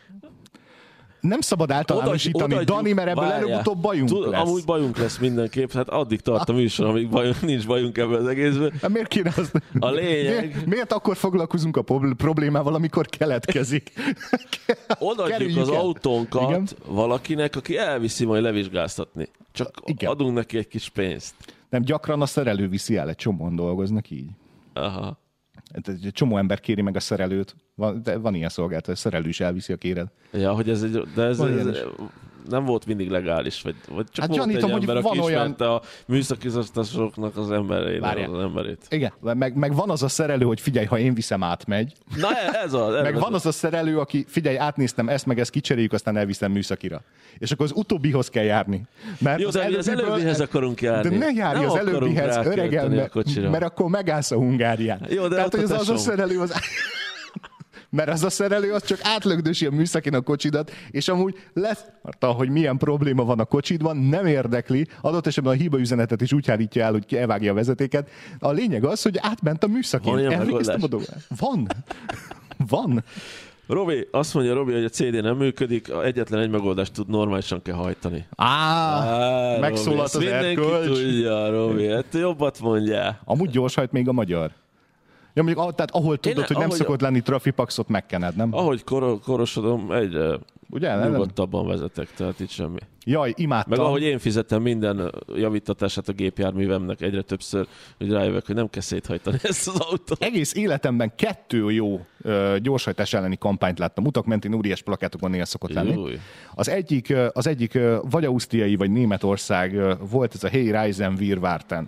Nem szabad általánosítani, oda, Dani, mert ebből előbb-utóbb bajunk Tud, lesz. Amúgy bajunk lesz mindenképp, hát addig tart a műsor, amíg bajunk, nincs bajunk ebből az egészben. Hát miért kéne az... A lényeg... Miért, miért akkor foglalkozunk a problémával, amikor keletkezik? Odaadjuk az autónkat igen? valakinek, aki elviszi majd levizsgáztatni. Csak igen. adunk neki egy kis pénzt. Nem, gyakran a szerelő viszi el, egy csomóan dolgoznak így. Aha. Egy csomó ember kéri meg a szerelőt. Van, de van ilyen szolgáltató, a szerelő is elviszi a kéred. Ja, hogy ez egy... De ez, ez nem volt mindig legális, vagy, vagy csak hát volt gyanítom, egy ember, aki olyan... ismerte a műszakizatásoknak az emberét. Az emberét. Igen, meg, meg van az a szerelő, hogy figyelj, ha én viszem, átmegy. Na ez az. Ez meg az van az a szerelő, aki figyelj, átnéztem ezt, meg ezt kicseréljük, aztán elviszem műszakira. És akkor az utóbbihoz kell járni. Mert jó, az, előbbiből... az előbbihez akarunk járni. De ne járj nem az előbbihez, öregem, mert akkor megállsz a Hungárián. Jó, de tehát, hogy az, az a szerelő az... Mert az a szerelő az csak átlögdösi a műszakin a kocsidat, és amúgy lesz, hogy milyen probléma van a kocsidban, nem érdekli, adott esetben a hibaüzenetet is úgy állítja el, hogy elvágja a vezetéket. A lényeg az, hogy átment a műszakin. Van ilyen megoldás? Van. Van. Robi, azt mondja Robi, hogy a cé dé nem működik, egyetlen egy megoldást tud, normálisan kell hajtani. Á, megszólalt az erkölcs. Mindenki tudja, Robi, hát jobbat mondjál. Amúgy gyorshajt még a magyar. Ja, mondjuk, tehát ahol tudod, Én, hogy nem ahogy, szokott lenni Trafipaxot, megkened, nem? Ahogy kor- korosodom, egyre ugye, nyugodtabban vezetek, tehát itt semmi. Jaj, imádtam. Meg ahogy én fizetem minden javítatását a gépjárművemnek egyre többször, hogy rájövök, hogy nem kell széthajtani ezt az autót. Egész életemben kettő jó uh, gyorshajtás elleni kampányt láttam. Utak mentén óriás plakátokon néha szokott lenni. Júj. Az egyik, az egyik uh, vagy ausztriai, vagy Németország uh, volt ez a Hey Reisen wir warten.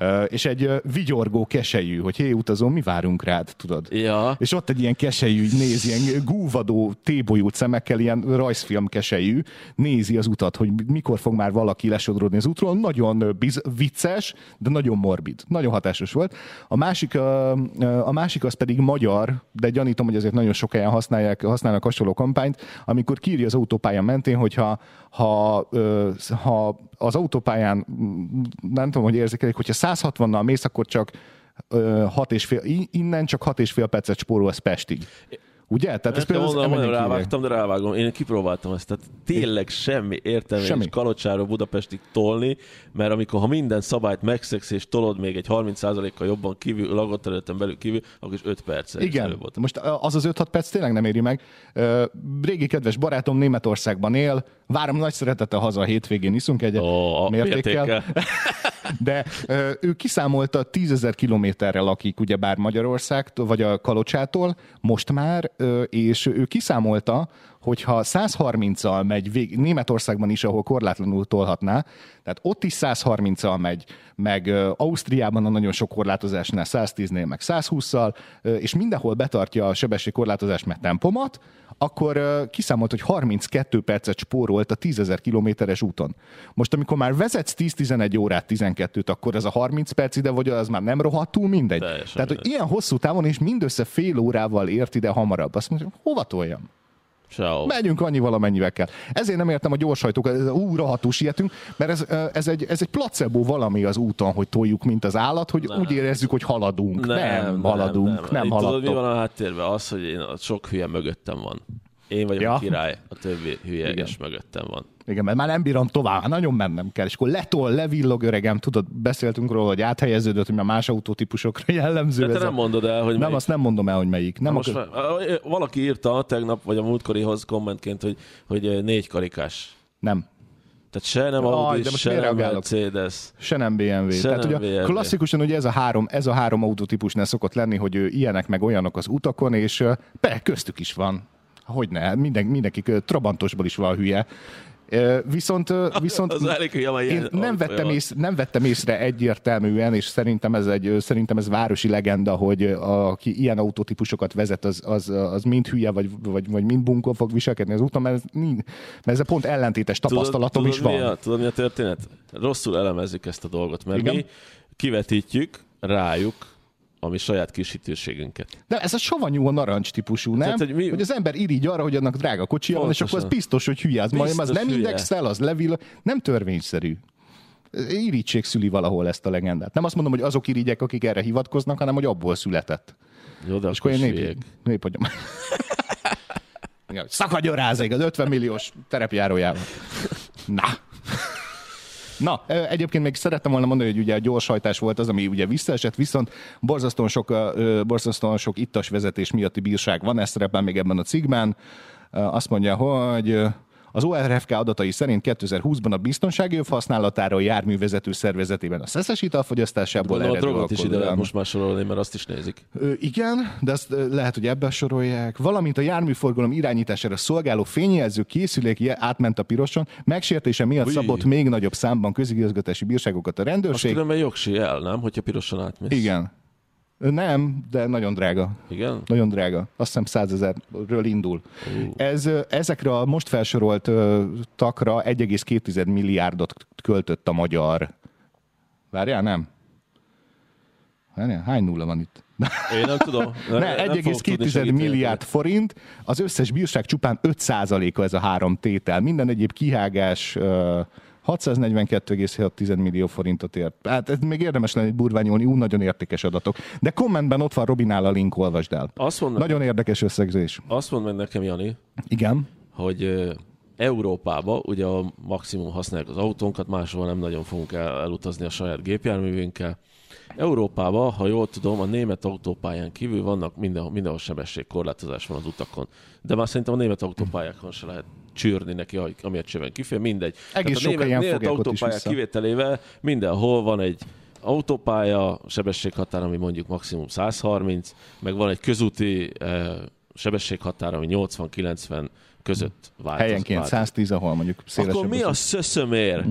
és egy vigyorgó keselyű, hogy hé, utazó, mi várunk rád, tudod? Ja. És ott egy ilyen keselyű, néz, ilyen gúvadó, tébolyult szemekkel, ilyen rajzfilm keselyű, nézi az utat, hogy mikor fog már valaki lesodródni az útról. Nagyon biz- vicces, de nagyon morbid. Nagyon hatásos volt. A másik, a, a másik az pedig magyar, de gyanítom, hogy ezért nagyon sok helyen használják, használnak hasonló kampányt, amikor kiírja az autópálya mentén, hogyha ha, ha az autópályán, nem tudom, hogy érzékelik, hogyha száz hatvannal mész, akkor csak hat és fél, innen csak hat és fél percet spórolsz Pestig. Ugye? Tehát ez például mondom, az rávágtam, de rávágom. Én kipróbáltam ezt. Tehát tényleg semmi értelme semmi. Kalocsáról Budapestig tolni, mert amikor ha minden szabályt megszegsz és tolod még egy harminc százalékkal jobban kívül, lakóterületen belül kívül, akkor is öt perc. Igen. Most az az öt-hat perc tényleg nem éri meg. Régi kedves barátom Németországban él, várom nagy szeretettel haza a hétvégén, iszunk egyet oh, mértékkel. De ő kiszámolta, tízezer kilométerre lakik ugyebár Magyarországtól, vagy a Kalocsától, most már, és ő kiszámolta, hogyha száz harminccal megy vég, Németországban is, ahol korlátlanul tolhatná, tehát ott is száz harminccal megy, meg Ausztriában a nagyon sok korlátozásnál száz tíznél, meg száz hússzal, és mindenhol betartja a sebességkorlátozást, meg tempomat, akkor kiszámolt, hogy harminckettő percet spórolt a tízezer kilométeres úton. Most, amikor már vezetsz tíz-tizenegy órát, tizenkettőt, akkor ez a harminc perc ide, vagy az már nem rohadtul mindegy. Teljesen Tehát, hogy ilyen hosszú távon, és mindössze fél órával ért ide hamarabb. Azt mondja, hova toljam? Ciao. Megyünk annyi valamennyivel kell. Ezért nem értem a gyorshajtókat, ú, rohadtul sietünk, mert ez, ez, egy, ez egy placebo valami az úton, hogy toljuk, mint az állat, hogy nem. Úgy érezzük, hogy haladunk. Nem, nem, nem haladunk, nem, nem, nem haladtok. Tudod, mi van a háttérben? Az, hogy én, sok hülye mögöttem van. Én vagyok ja. a király, a többi hülye is mögöttem van. Igen, mert már nem bírom tovább, nagyon mennem kell. És akkor letol, levillog öregem, tudod, beszéltünk róla, hogy áthelyeződött, hogy már más autótípusokra jellemző. De te ez nem a... mondod el, hogy Nem, melyik. Azt nem mondom el, hogy melyik. Nem most akar... már, valaki írta tegnap, vagy a múltkorihoz kommentként, hogy, hogy négy karikás. Nem. Tehát se nem Audi, se nem Mercedes. Se nem bé em vé. Se Tehát nem ugye bé em vé. klasszikusan ugye ez a három, ez a három autótípusnál szokott lenni, hogy ilyenek meg olyanok az utakon, és be, köztük is van. Hogyne, minden, mindenki Trabantosból is van hülye. Viszont, viszont az elég, én nem vettem, ész, nem vettem észre egyértelműen, és szerintem ez, egy, szerintem ez városi legenda, hogy aki ilyen autótípusokat vezet, az, az, az mind hülye, vagy, vagy, vagy mind bunkon fog viselkedni az úton, mert ez, mert ez pont ellentétes tapasztalatom tudod, is van. Mi a, tudod, mi a történet? Rosszul elemezzük ezt a dolgot, mert igen? mi kivetítjük rájuk a mi saját kisítőségünket. De ez a savanyú a narancs típusú, nem? Tehát, hogy, mi... hogy az ember irigy arra, hogy annak drága kocsia van, és akkor az biztos, hogy hülye. Az, majd, az nem hülye. Indexel, az levil, nem törvényszerű. Irigység szüli valahol ezt a legendát. Nem azt mondom, hogy azok irigyek, akik erre hivatkoznak, hanem hogy abból született. Jó, de és akkor én nép, nép vagyom. Szakadjon rá az ötven milliós terepjárójával. Na! Na, egyébként még szerettem volna mondani, hogy ugye a gyorshajtás volt az, ami ugye visszaesett, viszont borzasztóan sok, borzasztóan sok ittas vezetés miatti bírság van, ez szerepel még ebben a cikkben. Azt mondja, hogy az o er ef ká adatai szerint kétezer-húszban a biztonsági öv használatára a járművezető szervezetében a szeszes italfogyasztásából eredő. A drogot is ide lehet most már sorolni, mert azt is nézik. Ö, igen, de azt lehet, hogy ebben sorolják. Valamint a járműforgalom irányítására szolgáló fényjelző készülék átment a piroson, megsértése miatt Ui. szabott még nagyobb számban közigazgatási bírságokat a rendőrség. Azt különben jogsi el, nem? Hogyha piroson átmész. Igen. Nem, de nagyon drága. Igen? Nagyon drága. Azt hiszem százezerről indul. Uh. Ez, ezekre a most felsorolt uh, takra egy egész két milliárdot költött a magyar. Várjál, nem? Várjál, hány nulla van itt? Én nem tudom. Ne, egy egész két milliárd forint, az összes bírság csupán öt százaléka ez a három tétel. Minden egyéb kihágás... Uh, hatszáznegyvenkettő egész hat millió forintot ért. Hát ez még érdemes lenne burványolni, úgy nagyon értékes adatok. De kommentben ott van Robinál a link, olvasd el. Nagyon meg, érdekes összegzés. Azt mondd meg nekem, Jani, igen, hogy uh, Európában ugye a maximum használják az autónkat, máshol nem nagyon fogunk el, elutazni a saját gépjárművünkkel. Európában, ha jól tudom, a német autópályán kívül vannak mindenhol, mindenhol sebességkorlátozás van az utakon. De már szerintem a német autópályákon se lehet csűrni neki, amiért csöven kifél, mindegy. Egész sok német, helyen német autópályák kivételével mindenhol van egy autópálya, sebességhatár, ami mondjuk maximum száz harminc, meg van egy közúti eh, sebességhatár, ami nyolcvan-kilencven között változik. Helyenként száz tíz, ahol mondjuk szélesebb. Akkor mi a szöszömér? Uh-huh.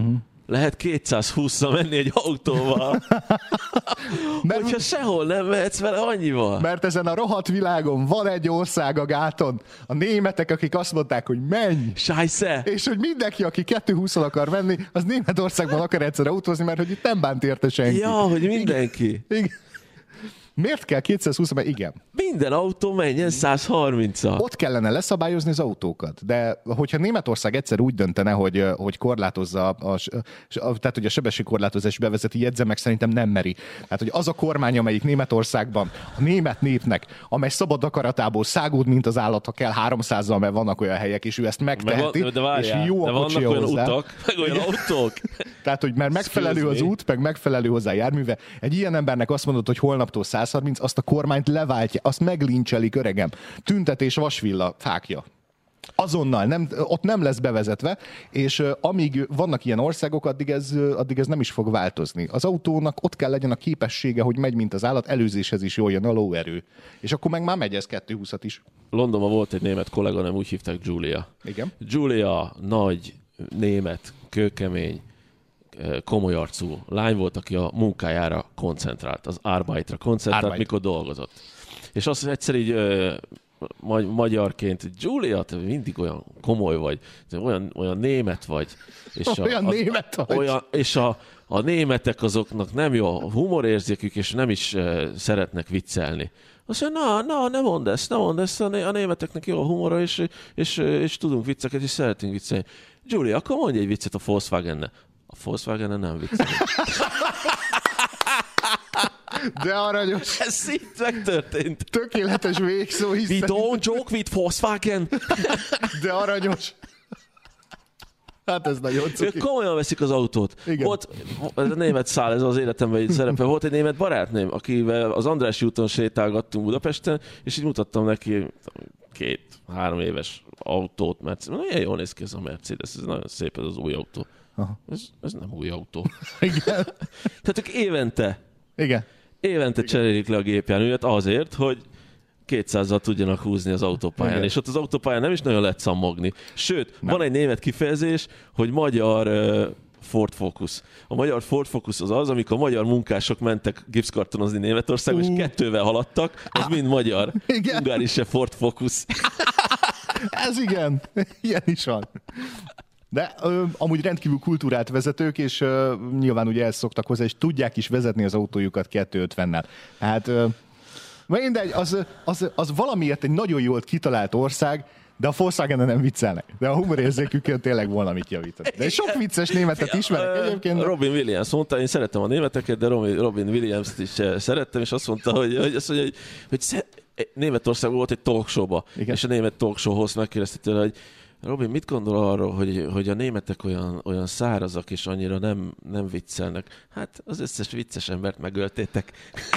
lehet kétszázhúszra menni egy autóval. Mert, hogyha sehol nem mehetsz vele annyival. Mert ezen a rohadt világon van egy ország a gáton, a németek, akik azt mondták, hogy menj! Scheisse! És hogy mindenki, aki kétszázhúszon akar menni, az Németországban akar egyszer autózni, mert hogy itt nem bánt érte senki. Ja, hogy mindenki. Igen. Miért kell kétszázhúsz? Mert igen. Minden autó menjen százharminccal. Ott kellene leszabályozni az autókat. De hogyha Németország egyszer úgy döntene, hogy, hogy korlátozza, a, a, tehát hogy a sebességkorlátozás bevezeti, jegyzem meg, szerintem nem meri. Tehát, hogy az a kormány, amelyik Németországban a német népnek, amely szabad akaratából szágód, mint az állat, ha kell háromszázzal, mert vannak olyan helyek, és ő ezt megteheti, de várjál, és jó de a vannak olyan hozzá. utak, meg olyan autók. Tehát, hogy mert megfelelő az út, meg megfelelő hozzá járműve. Egy ilyen embernek azt mondod, hogy holnaptól százharminc, azt a kormányt leváltja, azt meglincselik, öregem. Tüntetés, vasvilla, fákja. Azonnal, nem, ott nem lesz bevezetve, és uh, amíg vannak ilyen országok, addig ez, uh, addig ez nem is fog változni. Az autónak ott kell legyen a képessége, hogy megy, mint az állat, előzéshez is jól jön a lóerő. És akkor meg már megy ez kétszázhúszat is. Londonban volt egy német kollega, nem úgy hívták, Giulia. Igen. Giulia nagy, német, kőkemény, komoly arcú lány volt, aki a munkájára koncentrált, az Arbeitra koncentrált, Arbeit. Mikor dolgozott. És azt egyszer így ö, magyarként, Giulia, te mindig olyan komoly vagy, olyan, olyan német vagy. És a, olyan a, német vagy. Olyan, és a, a németek azoknak nem jó a humorérzékük, és nem is uh, szeretnek viccelni. Azt mondja, na, na, ne mondd ezt, ne mondd ezt, a németeknek jó a humora, és, és, és tudunk vicceket, és szeretünk viccelni. Giulia, akkor mondj egy viccet a Volkswagen-ne. A Volkswagen-en nem viccelni. De aranyos. Ez itt megtörtént. Tökéletes végszó, hiszen... We don't joke with Volkswagen. De aranyos. Hát ez nagyon cuki. Komolyan veszik az autót. Igen. Volt, ez a német szál, ez az életemben így szerepel. Volt egy német barátném, akivel az Andrássy úton sétálgattunk Budapesten, és így mutattam neki két-három éves autót, mert nagyon jól néz ki ez a Mercedes, ez nagyon szép, ez az új autó. Ez, ez nem új autó. Igen. Tehát ők évente, Igen. évente Igen. cserélik le a gépjárművet azért, hogy kétszázzal tudjanak húzni az autópályán. Igen. És ott az autópályán nem is nagyon lehet szammogni. Sőt, nem. Van egy német kifejezés, hogy magyar uh, Ford Focus. A magyar Ford Focus az az, amikor a magyar munkások mentek gipszkartonozni Németországba, uh. és kettővel haladtak, az mind magyar. Ungár is se Ford Focus. Ez igen. Ilyen is van. De ö, amúgy rendkívül kultúrált vezetők, és ö, nyilván ugye el szoktak hozzá, és tudják is vezetni az autójukat kétszázötvennel. Hát ö, mindegy, az, az, az valamiért egy nagyon jól kitalált ország, de a Volkswagen-en nem viccelnek. De a humorérzékükön tényleg volna mit javítani. De sok vicces németet ismerek egyébként. Robin Williams mondta, én szeretem a németeket, de Robin Williams-t is szerettem, és azt mondta, hogy, hogy, azt mondja, hogy, hogy sze... Németországban volt egy talkshowba, és a német talkshowhoz megkérdezte tőle, hogy Robin, mit gondol arról, hogy, hogy a németek olyan, olyan szárazak, és annyira nem, nem viccelnek? Hát az összes vicces embert megöltétek.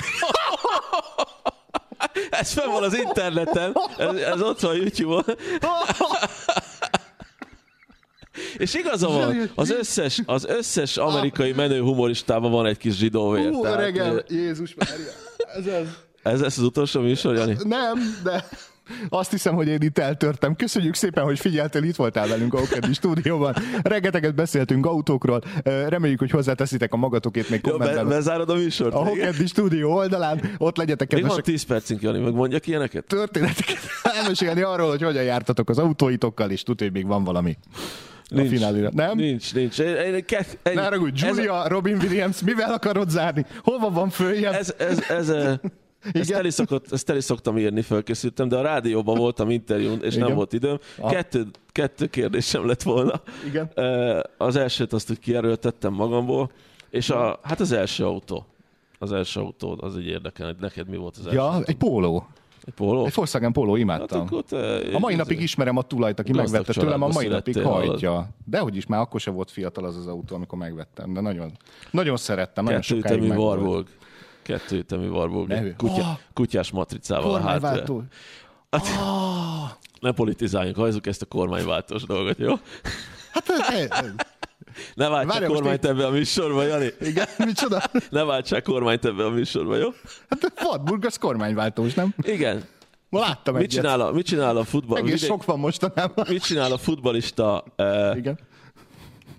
Ez fenn van az interneten, ez, ez ott van YouTube-on. És igaza van, az összes, az összes amerikai menő humoristában van egy kis zsidóvér. Hú, öregem, Jézus Mária, ez az. Ez lesz az utolsó műsor, Jani? Nem, de azt hiszem, hogy én itt eltörtem. Köszönjük szépen, hogy figyeltél, itt voltál velünk a Hokedli stúdióban. Rengeteget beszéltünk autókról. Reméljük, hogy hozzáteszitek a magatokét még kommentben. Be, bezárod a műsort. A Hokedli stúdió oldalán, ott legyetek kedvesek. Még van tíz percünk, Jani, meg mondjak ilyeneket? Történeteket elmesélni arról, hogy hogyan jártatok az autóitokkal, és tudja, hogy még van valami. Nincs, a finálira. Nem? Nincs, nincs. Egy, egy, egy, egy, ne ragudj, Giulia, ez, Robin Williams, mivel akarod zárni? Hova van följebb? Ez, ez, ez, ez Ezt el, is szokott, ezt el is szoktam írni, felkészültem, de a rádióban voltam interjún, és Igen. nem volt időm. Kettő, kettő kérdésem lett volna. Igen. Az elsőt azt, hogy kijelöltettem magamból, és a, hát az első autó. Az első autó, az egy érdekel, hogy neked mi volt az első Ja, autó? egy póló. Egy póló? Egy Volkswagen póló, imádtam. Hát te, a mai napig ismerem a tulajt, aki megvette tőlem, a mai napig hajtja. Dehogy is, már akkor sem volt fiatal az az autó, amikor megvettem, de nagyon, nagyon szerettem, nagyon sokáig megvolt. Kettőütemű Warburg, kutya, oh, kutyás matricával a hátul. Hát, oh. Ne politizáljunk, hajzzuk ezt a kormányváltós dolgot, jó? Hát ne váltsák kormányt ebbe a műsorba, Jani. Igen, micsoda? Ne váltsák kormányt ebbe a műsorba, jó? Hát a Warburg az kormányváltós, nem? Igen. Ma láttam mit csinál a, mit csinál a futball... Egész sok van mostanában. Mit csinál a futballista... Uh, Igen.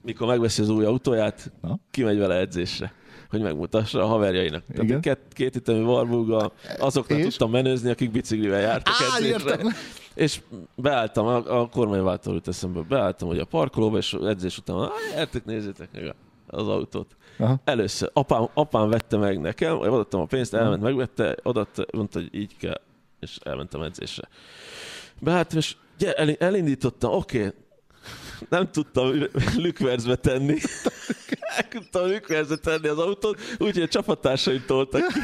mikor megveszi az új autóját, Na? kimegy vele edzésre, hogy megmutassa a haverjainak. Tehát két, két ütemű Warburga, azoknak és? tudtam menőzni, akik biciklivel jártak Á, edzésre. értem. És beálltam, a, a kormányváltó jut eszembe, beálltam hogy a parkolóba, és edzés után, ah, gyertek, nézzétek meg az autót. Aha. Először apám, apám vette meg nekem, adottam a pénzt, elment, megvette, odatta, mondta, hogy így kell, és elmentem edzésre. Beálltam, és el, elindítottam, oké, okay. Nem tudtam lükverzbe tenni. Nem tudtam lükverzbe tenni az autót, úgyhogy a csapattársaim toltak ki.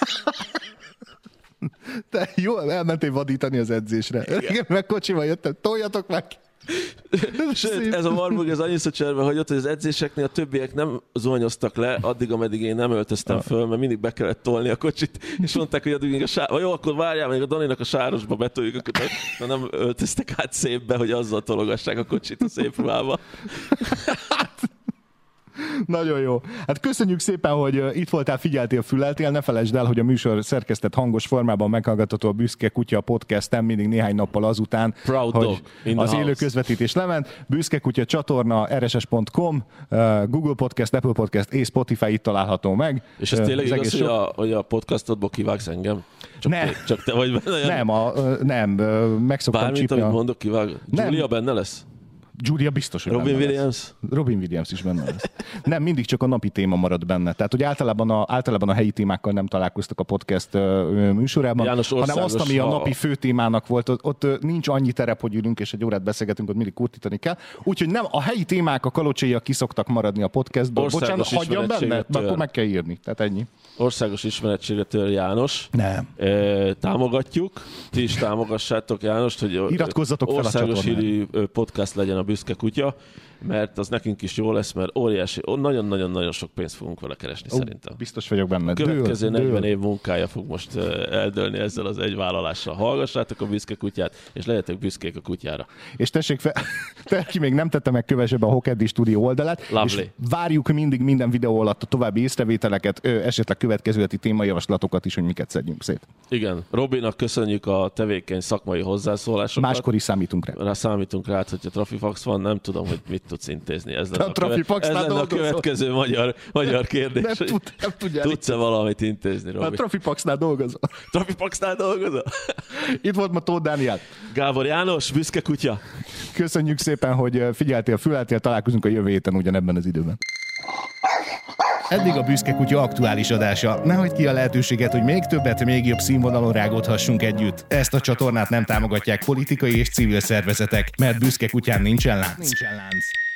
Te jó, elmentél vadítani az edzésre. Igen, meg kocsival jöttem, toljatok meg! Sőt, ez a Warburg, ez annyi cserbe hagyott, hogy az edzéseknél a többiek nem zuhanyoztak le, addig, ameddig én nem öltöztem föl, mert mindig be kellett tolni a kocsit, és mondták, hogy addig még a sár... Jó, akkor várjál, még a Daninak a sárosba betoljuk, de nem öltöztek át szépbe, hogy azzal tologassák a kocsit a szép ruhába. Nagyon jó. Hát köszönjük szépen, hogy itt voltál, figyeltél, füleltél. Ne felejtsd el, hogy a műsor szerkesztett hangos formában meghallgatható a Büszke Kutya podcasten mindig néhány nappal azután, Proud hogy dog az élő közvetítés lement. Büszke Kutya csatorna er es es pont com, Google Podcast, Apple Podcast és Spotify itt található meg. És ez tényleg igaz, hogy a, hogy a podcastodból kivágsz engem? Csak, nem. Te, csak te vagy benne? Nem, a, nem, meg szoktam Bármint, csípni. amit A... mondok, kivág. Julia benne lesz? Julia biztos, hogy Robin Williams? Lesz. Robin Williams is benne lesz. Nem, mindig csak a napi téma marad benne. Tehát, hogy általában a, általában a helyi témákkal nem találkoztak a podcast uh, műsorában, János hanem azt, ami a ha... napi fő témának volt, ott, ott nincs annyi terep, hogy ülünk és egy órát beszélgetünk, ott mindig kurtítani kell. Úgyhogy nem, a helyi témák, a kalocséiak ki szoktak maradni a podcastból. Országos Bocsánat, hagyjam benne, de akkor meg kell írni. Tehát ennyi. Országos ismerettségre tör János. Nem. E, támogatjuk. Ti is támogassátok Jánost, hogy iratkozzatok fel a országos hírű podcast legyen a Büszke Kutya, mert az nekünk is jó lesz, mert óriási, nagyon-nagyon-nagyon sok pénzt fogunk vele keresni, Ó, szerintem. Biztos vagyok benne. A következő dől, negyven dől. év munkája fog most eldőlni ezzel az egy vállalással. Hallgassátok a Büszke Kutyát, és legyetek büszkék a kutyára. És tessék fel, te, ki még nem tette meg, kövesse be a Hokeddi Studio oldalát. Lovely. És várjuk mindig minden videó alatt a további észrevételeket, ö, esetleg következő heti témajavaslatokat is, hogy miket szedjünk szét. Igen. Robinak köszönjük a tevékeny szakmai hozzászólásokat. Máskor is számítunk rá. Rá számítunk rá, hogyha Trafifax van, nem tudom, hogy mit tudsz intézni. Ez lenne a, a, követ, ez lenne a következő magyar, magyar kérdés. Nem, tud, nem tudja. Tudsz-e valamit intézni, Robi? A Trafipaxnál dolgozol. Trafipaxnál dolgozol? Itt volt ma Tóth Dániel. Gábor János, Büszke Kutya. Köszönjük szépen, hogy figyeltél, füleltél, találkozunk a jövő héten ugyanebben az időben. Eddig a Büszke Kutya aktuális adása. Ne hagyd ki a lehetőséget, hogy még többet, még jobb színvonalon rágódhassunk együtt. Ezt a csatornát nem támogatják politikai és civil szervezetek, mert Büszke Kutyán nincsen lánc. Nincsen lánc.